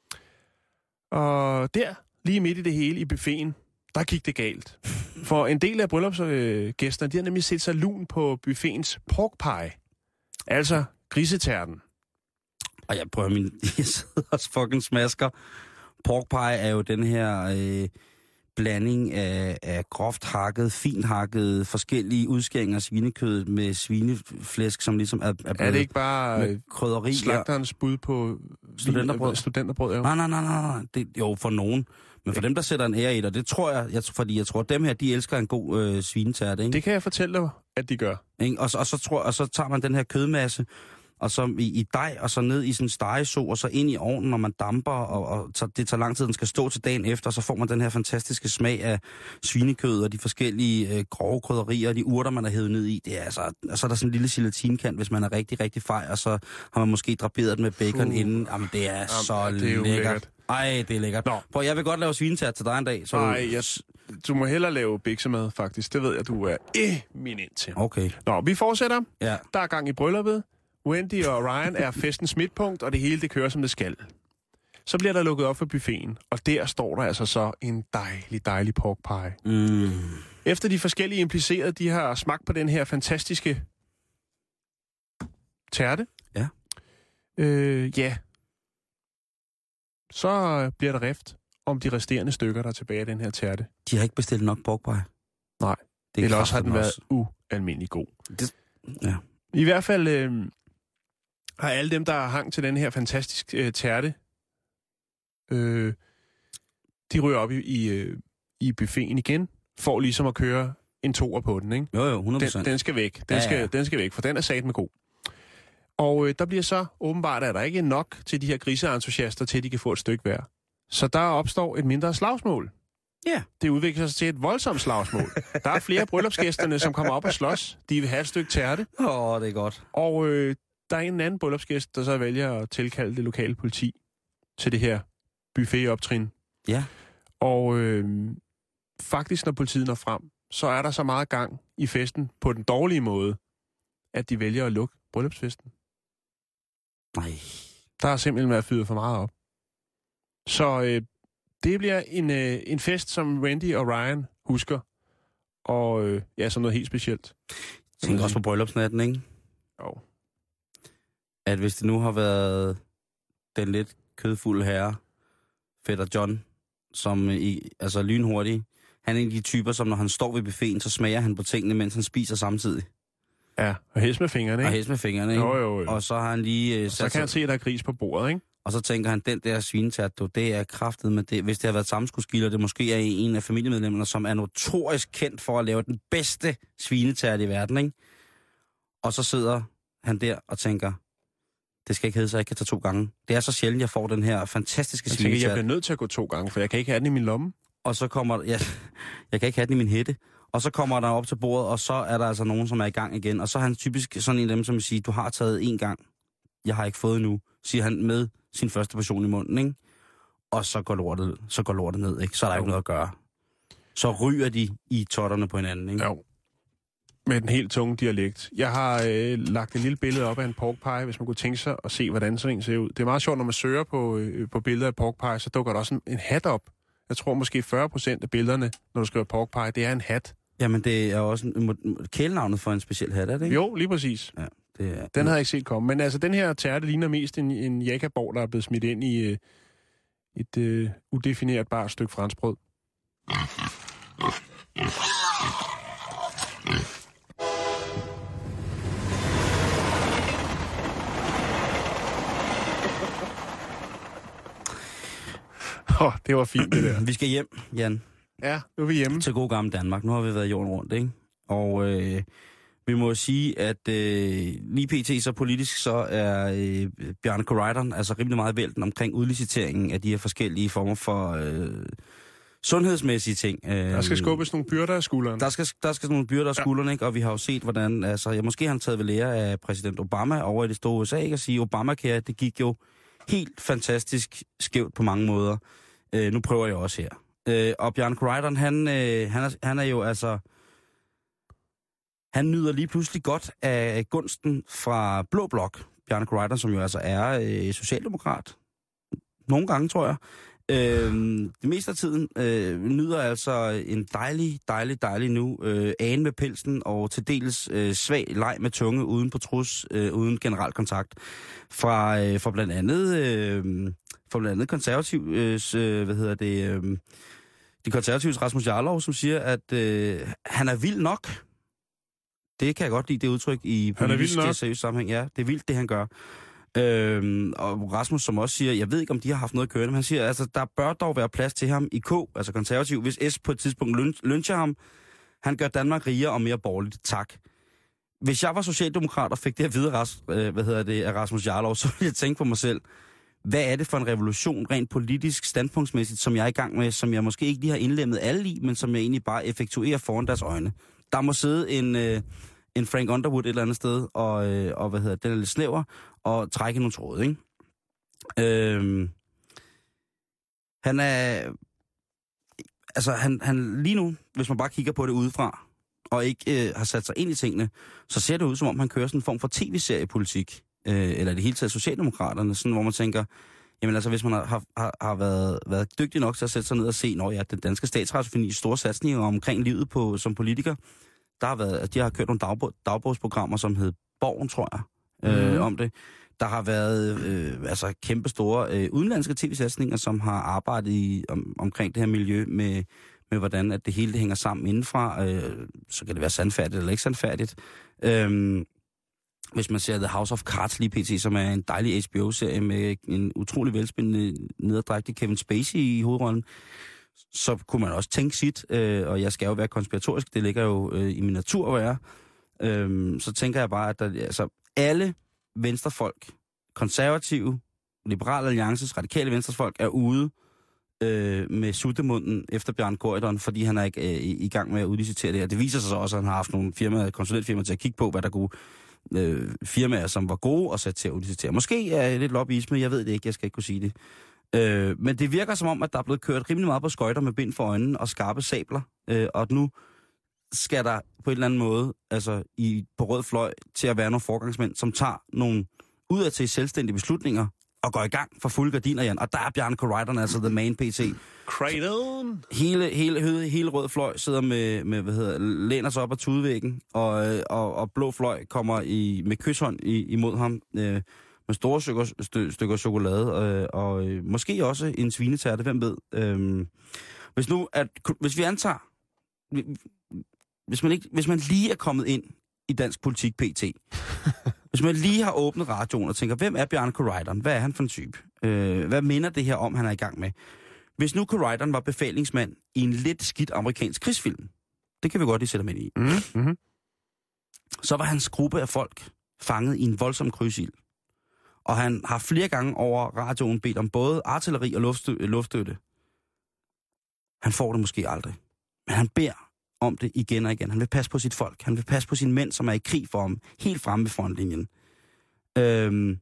Og der, lige midt i det hele i buffeten, der gik det galt. For en del af bryllupsgæsterne, de har nemlig set sig lun på buffetens pork pie. Altså grisetærten. Og jeg prøver min... Jeg sidder og fucking smasker. Pork pie er jo den her øh, blanding af, af groft hakket, fint hakket, forskellige udskæringer af svinekød med svineflæsk, som ligesom er, er blevet Er det ikke bare med øh, krydderier. slagterens bud på Studenterbrød. vin- Studenterbrød, ja. Nej, nej, nej, nej, nej. Det, jo, for nogen. Men for dem, der sætter en ære i det, og det tror jeg, jeg, fordi jeg tror, at dem her, de elsker en god øh, svinetærte, ikke? Det kan jeg fortælle dig, at de gør. Ikke? Og, så, og, så tror, og så tager man den her kødmasse, og så i, i dej, og så ned i sådan en stegeså, og så ind i ovnen, når man damper, og, og så, det tager lang tid, den skal stå til dagen efter, og så får man den her fantastiske smag af svinekød, og de forskellige øh, grove krydderier, og de urter, man har hævet ned i. Det er altså, og så er der sådan en lille gelatinkant, hvis man er rigtig, rigtig fej, og så har man måske draperet den med bacon Uh. inden. Jamen, det er Jamen, så det er jo lækkert. lækkert. Ej, det er lækkert. Nå. Prøv, jeg vil godt lave svinetært til dig en dag. Så Nej, du... jeg, du må hellere lave biksemad, faktisk. Det ved jeg, du er eminent til. Okay, Nå, vi fortsætter. ja. Der er gang i brylluppet. Wendy og Ryan er festens midtpunkt, og det hele det kører, som det skal. Så bliver der lukket op for buffeten, og der står der altså så en dejlig, dejlig pork pie. Mm. Efter de forskellige implicerede, de har smagt på den her fantastiske tærte. Ja. Øh, ja. Så bliver der rift om de resterende stykker, der er tilbage af den her tærte. De har ikke bestilt nok pork pie. Nej. Det Eller også har den kraftedeme været ualmindelig god. Det... Ja. I hvert fald øh, har alle dem, der hang til den her fantastiske øh, tærte, øh, de ryger op i, i, øh, i buffeten igen, for ligesom at køre en toer på den, ikke? Jo, jo, hundrede Den, procent. den skal væk. Den, Ja, skal, ja. den skal væk, for den er satme god. Og øh, der bliver så åbenbart, at der ikke er nok til de her griseentusiaster, til at de kan få et stykke hver. Så der opstår et mindre slagsmål. Ja. Det udvikler sig til et voldsomt slagsmål. Der er flere bryllupsgæsterne, som kommer op og slås. De vil have et stykke tærte. Åh, oh, det er godt. Og øh, der er en anden bryllupsgæst, der så vælger at tilkalde det lokale politi til det her buffetoptrin. Ja. Og øh, faktisk, når politiet når frem, så er der så meget gang i festen på den dårlige måde, at de vælger at lukke bryllupsfesten. Nej. Der er simpelthen været fyret for meget op. Så øh, det bliver en, øh, en fest, som Randy og Ryan husker. Og øh, ja, så noget helt specielt. Jeg tænker også på bryllupsnatten, ikke? Jo. At hvis det nu har været den lidt kødfulde herre, fætter John, som i, altså lynhurtig, han er en af de typer, som når han står ved buffeten, så smager han på tingene, mens han spiser samtidig. Ja, og helst med fingrene, ikke? Og helst med fingrene, ikke? Jo, jo, jo. Og så har han lige... Øh, så kan han se, at der er gris på bordet, ikke? Og så tænker han, den der svinetært, du, det er kraftet med det. Hvis det har været sammenskudsgilder, det måske er en af familiemedlemmerne, som er notorisk kendt for at lave den bedste svinetært i verden, ikke? Og så sidder han der og tænker, det skal ikke hedde, så jeg kan tage to gange. Det er så sjældent, jeg får den her fantastiske svinetært. Jeg tænker, jeg bliver nødt til at gå to gange, for jeg kan ikke have den i min lomme. Og så kommer ja, jeg kan ikke have den i min hætte. Og så kommer der op til bordet, og så er der altså nogen, som er i gang igen. Og så er han typisk sådan en af dem, som vil sige, du har taget en gang. Jeg har ikke fået nu, siger han med sin første portion i munden, ikke? Og så går lortet, så går lortet ned, ikke? Så er der jo ikke noget at gøre. Så ryger de i totterne på hinanden, ikke? Jo. Med den helt tunge dialekt. Jeg har øh, lagt et lille billede op af en pork pie, hvis man kunne tænke sig at se, hvordan sådan en ser ud. Det er meget sjovt, når man søger på, øh, på billeder af pork pie, så dukker der også en, en hat op. Jeg tror måske fyrre procent af billederne, når du skriver pork pie, det er en hat. Jamen, det er også en, kælenavnet for en speciel hat, er det ikke? Jo, lige præcis. Ja, det er, den havde jeg ikke set komme. Men altså, den her tærte ligner mest en, en jakaborg, der er blevet smidt ind i øh, et øh, udefinerbart stykke franskbrød. Åh, oh, det var fint, det der. Vi skal hjem, Jan. Ja, nu er vi hjemme. Til god gammel Danmark. Nu har vi været jorden rundt, ikke? Og øh, vi må sige, at øh, lige pt. Så politisk, så er øh, Bjarne Corydon altså rimelig meget vælten omkring udliciteringen af de her forskellige former for øh, sundhedsmæssige ting. Øh, der skal skubbes nogle byrder af skulderen. Der skal, der skal nogle byrder af skulderen, ja. Ikke? Og vi har jo set, hvordan... Altså, ja, måske har han taget ved lære af præsident Obama over i det store U S A, ikke? At sige, Obamacare, det gik jo helt fantastisk skævt på mange måder. Øh, nu prøver jeg også her. Øh, og Bjarne Corydon, han, øh, han, er, han er jo altså... Han nyder lige pludselig godt af gunsten fra Blå Blok. Bjarne Corydon, som jo altså er øh, socialdemokrat. Nogle gange, tror jeg. Øh, det meste af tiden øh, nyder altså en dejlig, dejlig, dejlig nu øh, ane med pelsen og til dels øh, svag leg med tunge uden på trus, øh, uden generel kontakt. Fra, øh, fra blandt andet... Øh, for blandt andet konservativ, øh, hvad hedder det, øh, de konservatives Rasmus Jarlov, som siger, at øh, han er vild nok. Det kan jeg godt lide, det udtryk i politisk seriøs sammenhæng. Ja, det er vildt, det han gør. Øh, og Rasmus, som også siger, jeg ved ikke, om de har haft noget at køre, men han siger, altså, der bør dog være plads til ham i K, altså konservativ, hvis S på et tidspunkt lyncher ham. Han gør Danmark rigere og mere borgerligt. Tak. Hvis jeg var socialdemokrat og fik det at vide, Ras, øh, hvad hedder det, af Rasmus Jarlov, så ville jeg tænke på mig selv, hvad er det for en revolution, rent politisk, standpunktsmæssigt, som jeg er i gang med, som jeg måske ikke lige har indlemmet alle i, men som jeg egentlig bare effektuerer foran deres øjne. Der må sidde en, øh, en Frank Underwood et eller andet sted, og, øh, og hvad hedder det, den er lidt snæver, og trække nogle tråde, ikke? Øh, han er... Altså, han, han lige nu, hvis man bare kigger på det udefra, og ikke øh, har sat sig ind i tingene, så ser det ud, som om han kører sådan en form for tv-seriepolitik. Øh, eller det hele taget Socialdemokraterne, sådan, hvor man tænker, jamen altså, hvis man har, har, har været, været dygtig nok til at sætte sig ned og se, når ja, den danske statsradiofoni store satsninger omkring livet på, som politiker, der har været, de har kørt nogle dagbog, dagbogsprogrammer, som hed Borgen, tror jeg, øh, mm. om det. Der har været øh, altså kæmpe store øh, udenlandske tv-satsninger, som har arbejdet i, om, omkring det her miljø med, med hvordan at det hele det hænger sammen indenfra. Øh, så kan det være sandfærdigt eller ikke sandfærdigt. Øh, Hvis man ser The House of Cards lige pt., som er en dejlig H B O-serie med en utrolig velspændende nederdrægtig Kevin Spacey i hovedrollen, så kunne man også tænke sit, øh, og jeg skal jo være konspiratorisk, det ligger jo øh, i min natur at være, øh, så tænker jeg bare, at der, altså, alle venstrefolk, konservative, liberale alliances, radikale venstrefolk, er ude øh, med suttemunden efter Bjarne Corydon, fordi han er ikke øh, i, i gang med at udlicitere det her. Det viser sig så også, at han har haft nogle firmaer, konsulentfirmaer til at kigge på, hvad der kunne øh, firmaer, som var gode og sat til at udlicitere. Måske er jeg lidt lobbyisme, jeg ved det ikke, jeg skal ikke kunne sige det. Øh, men det virker som om, at der er blevet kørt rimelig meget på skøjter med bind for øjnene og skarpe sabler, øh, og nu skal der på en eller anden måde, altså i, på rød fløj, til at være nogle forgangsmænd, som tager nogle udadtil selvstændige beslutninger og går i gang for fulde gardiner, Jan. Og der er Bjarne Corydon, altså the main P T. Cradle. Hele, hele, hele, hele rød fløj sidder med, med hvad hedder, læner sig op ad tudevæggen, og, og, og blå fløj kommer i, med kyshånd i, imod ham, øh, med store stykker, stø, stykker chokolade, øh, og øh, måske også en svinetærte, hvem ved. Øh, hvis nu, at, hvis vi antager, hvis man, ikke, hvis man lige er kommet ind i dansk politik P T, hvis man lige har åbnet radioen og tænker, hvem er Bjarne Corydon? Hvad er han for en type? Øh, hvad minder det her om, han er i gang med? Hvis nu Corydon var befalingsmand i en lidt skidt amerikansk krigsfilm, det kan vi godt lige sætte ham ind i, Mm-hmm. så var hans gruppe af folk fanget i en voldsom krydsild. Og han har flere gange over radioen bedt om både artilleri og luftstø- luftstøtte. Han får det måske aldrig. Men han beder om det igen og igen. Han vil passe på sit folk. Han vil passe på sine mænd, som er i krig for ham, helt fremme ved frontlinjen. Øhm,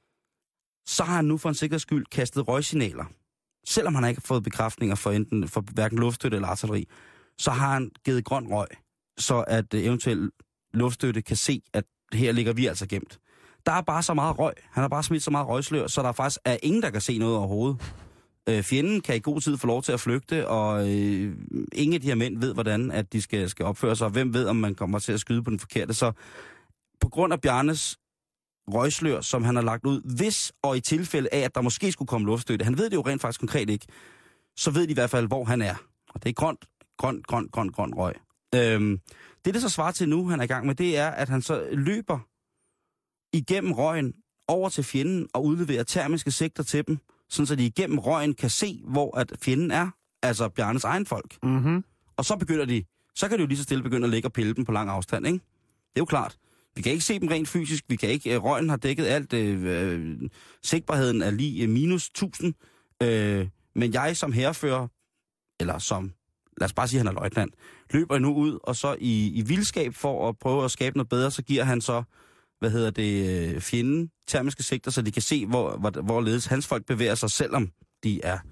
så har han nu for en sikkerheds skyld kastet røgsignaler. Selvom han ikke har fået bekræftninger for, enten, for hverken luftstøtte eller artilleri, så har han givet grøn røg, så at eventuelt luftstøtte kan se, at her ligger vi altså gemt. Der er bare så meget røg. Han har bare smidt så meget røgslør, så der faktisk er ingen, der kan se noget overhovedet. Øh, fjenden kan i god tid få lov til at flygte, og øh, ingen af de her mænd ved, hvordan at de skal, skal opføre sig, og hvem ved, om man kommer til at skyde på den forkerte. Så på grund af Bjarnes røgslør, som han har lagt ud, hvis og i tilfælde af, at der måske skulle komme luftstøtte, han ved det jo rent faktisk konkret ikke, så ved de i hvert fald, hvor han er. Og det er grønt, grønt, grønt, grønt, grønt røg. Øhm, det, det så svarer til nu, han er i gang med, det er, at han så løber igennem røgen over til fjenden og udleverer termiske sigter til dem, sådan så de igennem røgen kan se, hvor at fjenden er, altså Bjarnes egen folk. Mm-hmm. Og så begynder de, så kan de jo lige så stille begynde at ligge og pille dem på lang afstand, ikke? Det er jo klart. Vi kan ikke se dem rent fysisk, vi kan ikke, røgen har dækket alt, øh, sigtbarheden er lige minus tusind, øh, men jeg som hærfører, eller som, lad os bare sige, han er løjtnant, løber nu ud, og så i, i vildskab for at prøve at skabe noget bedre, så giver han så, hvad hedder det, fjenden termiske sigter, så de kan se, hvor, hvor, hvorledes hans folk bevæger sig, selvom de er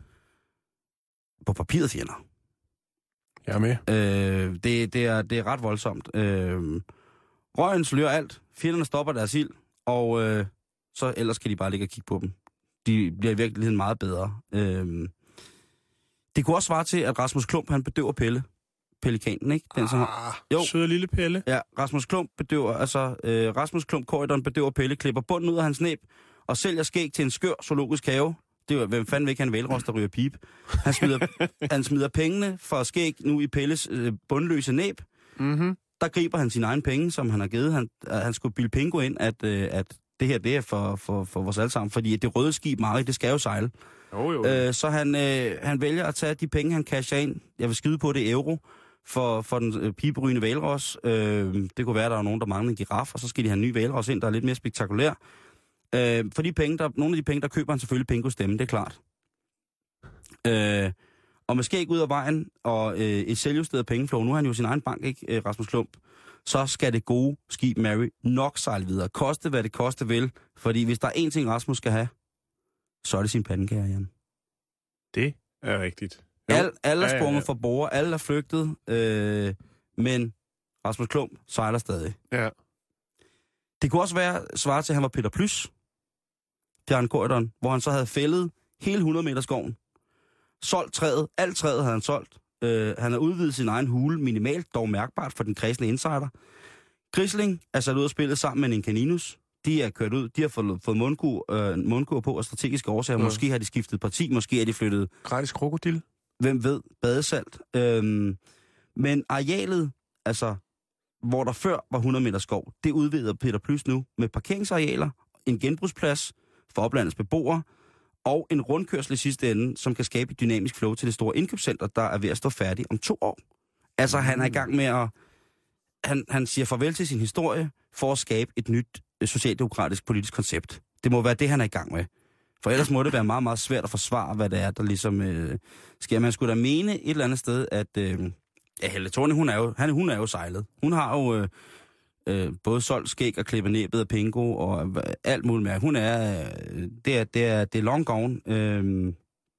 på papiret fjender. Jeg er med. Øh, det, det, er, det er ret voldsomt. Øh, røgen slører alt, fjenderne stopper deres ild, og øh, så ellers kan de bare ligge og kigge på dem. De bliver i virkeligheden meget bedre. Øh, det kunne også svare til, at Rasmus Klump, han bedøver Pelle. Pelikanen, ikke? Den, som har... Jo. Søde lille Pelle. Ja, Rasmus Klump bedøver, altså, øh, Rasmus Klump Corydon bedøver Pelle, klipper bunden ud af hans næb, og sælger skæg til en skør zoologisk have. Det er jo, hvem fanden vil ikke have en vælros, der ryger pip. Han smider, han smider pengene for skæg nu i Pelles øh, bundløse næb. Mm-hmm. Der griber han sine egne penge, som han har givet. Han, han skulle bilde Pingo ind, at, øh, at det her, det er for, for, for vores allesammen, fordi det røde skib, Mari, det skal jo sejle. Jo, jo. Øh, så han, øh, han vælger at tage de penge, han casher ind. Jeg vil skyde på det euro. For, for den øh, piberygende hvalros. Øh, det kunne være, at der er nogen, der mangler en giraf, og så skal de have en ny hvalros ind, der er lidt mere spektakulær. Øh, for de penge, der, nogle af de penge, der køber han selvfølgelig Pingos stemme, det er klart. Øh, og måske ikke ud af vejen, og øh, et selvjusteret pengeflow, nu har han jo sin egen bank, ikke, øh, Rasmus Klump, så skal det gode skib Mary nok sejle videre. Koste, hvad det koste vil, fordi hvis der er én ting, Rasmus skal have, så er det sin pandekager, Jan. Det er rigtigt. Al, alle er sprunget ja, ja, ja. fra bord, alle er flygtet, øh, men Rasmus Klump sejler stadig. Ja. Det kunne også være svar til, at han var Peter Plys, Bjarne Corydon, hvor han så havde fældet hele hundrede meter skoven, solgt træet, alt træet havde han solgt. Øh, han har udvidet sin egen hule minimalt, dog mærkbart for den kredsende insider. Grisling er sat ud og spillet sammen med en kaninus. De er kørt ud, de har fået, fået mundkur, øh, mundkur på af strategiske årsager. Ja. Måske har de skiftet parti, måske er de flyttet... Gratis krokodil. Hvem ved? Badesalt. Øhm, men arealet, altså, hvor der før var hundrede meter skov, det udvider Peter Plys nu med parkeringsarealer, en genbrugsplads for oplandets beboere, og en rundkørsel i sidste ende, som kan skabe et dynamisk flow til det store indkøbscenter, der er ved at stå færdig om to år. Altså, mm. han er i gang med at... Han, han siger farvel til sin historie for at skabe et nyt socialdemokratisk politisk koncept. Det må være det, han er i gang med. For ellers må det være meget, meget svært at forsvare, hvad det er, der ligesom øh, sker. Man skulle da mene et eller andet sted, at øh, ja, Helle Thorning, hun er jo, han, hun er jo sejlet. Hun har jo øh, øh, både solgt skæg og klippet næbet af Pingo og øh, alt muligt mere. Hun er, øh, det er, det er, det er long gone. Øh,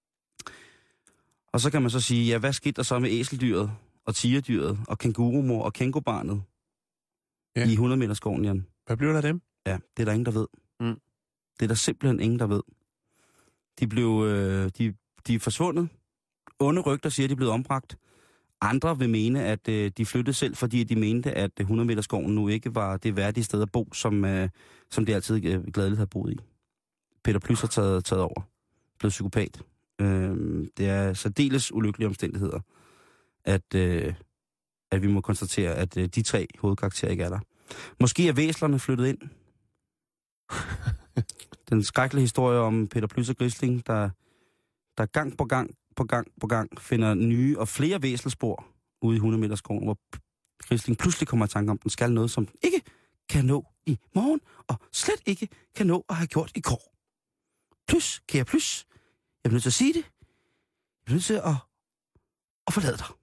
og så kan man så sige, ja, hvad skete der så med æseldyret og tigerdyret og kængurumor og kængubarnet ja. i hundrede meter skoven, Jan? Hvad bliver der af dem? Ja, det er der ingen, der ved. Mm. Det er der simpelthen ingen, der ved. De blev, øh, de, de er forsvundet. Onde rygter siger, at de er blevet ombragt. Andre vil mene, at øh, de flyttede selv, fordi de mente, at hundrede meter skoven nu ikke var det værdige sted at bo, som, øh, som de altid øh, gladeligt havde boet i. Peter Plys har taget, taget over. Blevet psykopat. Øh, det er særdeles ulykkelige omstændigheder, at, øh, at vi må konstatere, at øh, de tre hovedkarakterer ikke er der. Måske er væslerne flyttet ind. Den skrækkelige historie om Peter Plys og Grisling, der, der gang på gang på gang på gang finder nye og flere væselspor ude i hundrede meter skoven, hvor Grisling pludselig kommer i tanke om, at den skal noget, som den ikke kan nå i morgen, og slet ikke kan nå at have gjort i går. Plys, kære Plys, jeg er nødt til at sige det. Jeg er nødt til at, at forlade dig.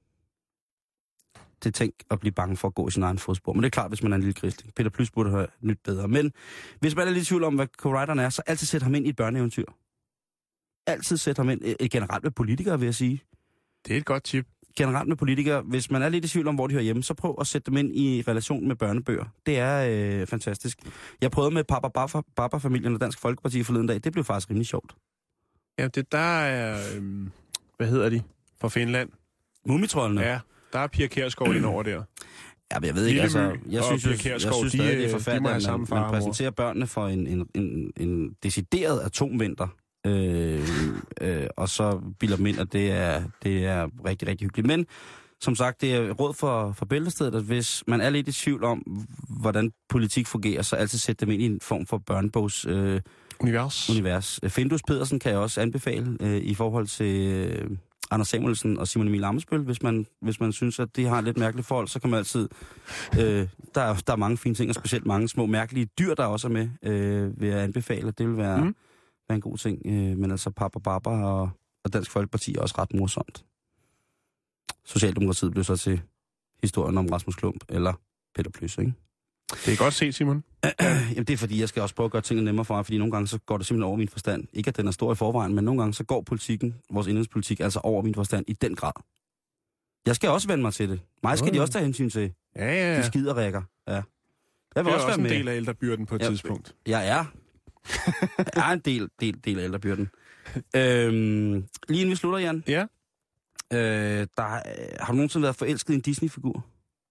Det er tænkt at blive bange for at gå i sin egen fodspor. Men det er klart, hvis man er en lille Grisling. Peter Plys burde have nyt bedre. Men hvis man er lidt i tvivl om, hvad co-writeren er, så altid sæt ham ind i et børneeventyr. Altid sæt ham ind. Generelt med politikere, vil jeg sige. Det er et godt tip. Generelt med politikere. Hvis man er lidt i tvivl om, hvor de hører hjemme, så prøv at sætte dem ind i relation med børnebøger. Det er øh, fantastisk. Jeg prøvede med Papa Baba-familien og Dansk Folkeparti forleden dag. Det blev faktisk rimelig sjovt. Ja, det der er... Øhm, hvad hedder de? Fra Finland. Mumitrollene. Ja, der er Pia Kjærsgaard ind over der. Ja, men jeg ved ikke, altså... Jeg synes, jeg, jeg synes de, stadig, det er de forfærdeligt, at man, man præsenterer børnene for en, en, en, en decideret atomvinter. Øh, øh, og så bilder dem ind, at det er, det er rigtig, rigtig hyggeligt. Men som sagt, det er råd for, for Bæltestedet, at hvis man er lidt i tvivl om, hvordan politik fungerer, så altid sætte dem ind i en form for børnebogs øh, univers. univers. Findus Pedersen kan jeg også anbefale øh, i forhold til øh, Anders Samuelsen og Simon Emil Ammitzbøll. Hvis man, hvis man synes, at de har et lidt mærkeligt forhold, så kan man altid... Øh, der, er, der er mange fine ting, og specielt mange små mærkelige dyr, der også er med, øh, vil jeg anbefale. Det vil være... Mm. er en god ting, øh, men altså Papa Baba og, og Dansk Folkeparti er også ret morsomt. Socialdemokratiet blev så til historien om Rasmus Klump eller Peter Plys, ikke? Det er godt set, Simon. Jamen det er fordi, jeg skal også prøve at gøre tingene nemmere for mig, fordi nogle gange så går det simpelthen over min forstand. Ikke at den er stor i forvejen, men nogle gange så går politikken, vores indrigspolitik, altså over min forstand i den grad. Jeg skal også vende mig til det. Mig skal oh. de også tage hensyn til. Ja, ja, ja. De skiderækker. Ja. Jeg vil det er også, også en med. del af ældrebyrden på et jeg, tidspunkt. Jeg er. Jeg er en del, del, del af ældrebyrden. øhm, lige inden vi slutter, Jan. Ja. Øh, der, har du nogensinde været forelsket i en Disney-figur?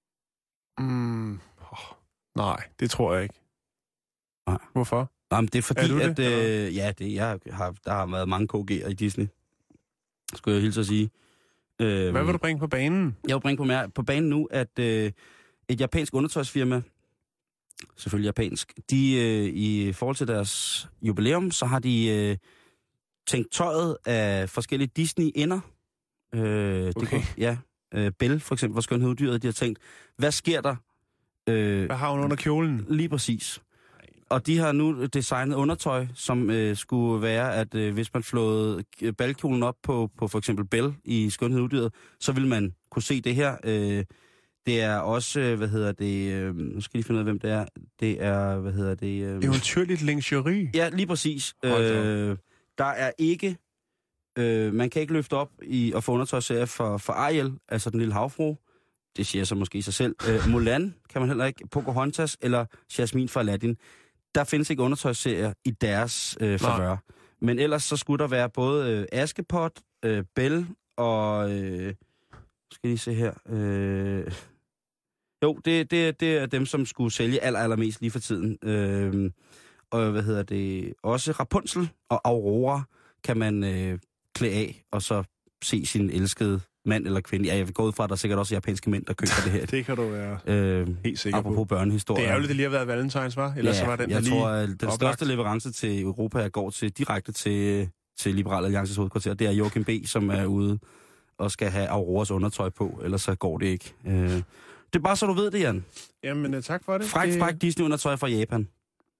Mm, oh, nej, det tror jeg ikke. Nej. Hvorfor? Nej, men det er fordi, er at... Øh, ja, det, jeg har, der har været mange K G'er i Disney. Skulle jeg hilse at sige. Øh, Hvad vil du bringe på banen? Jeg vil bringe på, mere, på banen nu, at øh, et japansk undertøjsfirma, selvfølgelig japansk, de øh, i forhold til deres jubilæum, så har de øh, tænkt tøjet af forskellige Disney-ender. Øh, okay. Det kunne, ja, øh, Belle for eksempel var skønheduddyret. De har tænkt, hvad sker der? Øh, hvad har hun under kjolen? Lige præcis. Og de har nu designet undertøj, som øh, skulle være, at øh, hvis man flåede balkjolen op på, på for eksempel Belle i skønheduddyret, så vil man kunne se det her. Øh, Det er også, øh, hvad hedder det, øh, nu skal I finde ud af, hvem det er. Det er, hvad hedder det... Øh, eventyrligt lingerie. Ja, lige præcis. Øh, der er ikke, øh, man kan ikke løfte op i og få undertøjsserie for, for Ariel, altså den lille havfru. Det siger så måske sig selv. Øh, Mulan kan man heller ikke. Pocahontas eller Jasmine fra Aladdin. Der findes ikke undertøjsserier i deres øh, favør. Men ellers så skulle der være både øh, Askepot, øh, Belle og... Øh, skal I se her... Øh, Jo, det, det, det er dem, som skulle sælge aller, allermest lige for tiden. Øhm, og hvad hedder det? Også Rapunzel og Aurora kan man øh, klæde af, og så se sin elskede mand eller kvinde. Ja, jeg vil gå ud fra, at der er sikkert også japanske mænd, der køber det her. Det kan du være øh, helt sikker apropos på. Apropos børnehistorie. Det er ærgerligt, det lige har været Valentines, var? Ellers ja, så var den jeg lige tror, at den oplagt. Største leverance til Europa går til direkte til, til Liberal Alliances hovedkvarter. Det er Joachim B., som er ude og skal have Auroras undertøj på, ellers så går det ikke. Øh, Det er bare så du ved det, Jan. Jamen, uh, tak for det. Fræk, fræk Disney-undertøj fra Japan.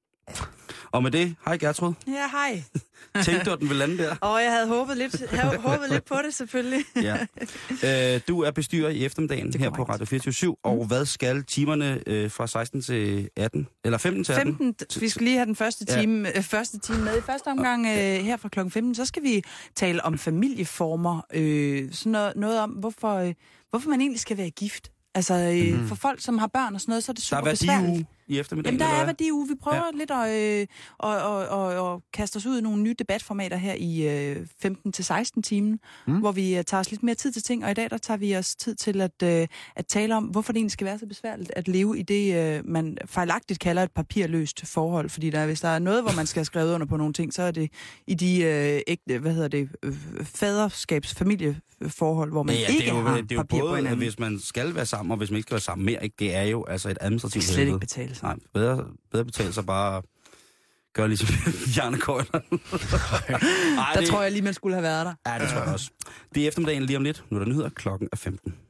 Og med det, hej Gertrud. Ja, hej. Tænkte du, at den ville lande der? Åh, oh, jeg havde håbet lidt, jeg havde håbet lidt på det, selvfølgelig. Ja. Øh, du er bestyrer i eftermiddagen her på Radio fireogtyve syv, mm. og hvad skal timerne øh, fra seksten til atten? Eller femten til atten? femten, vi skal lige have den første time, ja. øh, første time med i første omgang øh, her fra klokken femten. Så skal vi tale om familieformer. Øh, sådan noget, noget om, hvorfor, øh, hvorfor man egentlig skal være gift. Altså, øh, mm. for folk, som har børn og sådan noget, så er det super besværligt. i eftermiddagen? Jamen, der eller er hvad? værdiuge. Vi prøver Ja. lidt at, øh, og, og, og, og kaste os ud i nogle nye debatformater her i øh, femten til seksten timen, mm. hvor vi øh, tager os lidt mere tid til ting, og i dag der tager vi os tid til at, øh, at tale om, hvorfor det egentlig skal være så besværligt at leve i det, øh, man fejlagtigt kalder et papirløst forhold. Fordi der, hvis der er noget, hvor man skal have skrevet under på nogle ting, så er det i de øh, ægte, hvad hedder det, øh, faderskabs familieforhold, hvor man ja, ja, ikke det er jo, har det er jo papir på både, hinanden. hvis man skal være sammen, og hvis man ikke skal være sammen mere, ikke? Det er jo altså et administrativt Det kan slet ikke betale sig. Nej, bedre, bedre betale sig bare at gøre ligesom hjernekøjler. Der det... tror jeg lige, man skulle have været der. Ja, det tror jeg også. Det er eftermiddagen lige om lidt. Nu er der nyheder. Klokken er femten.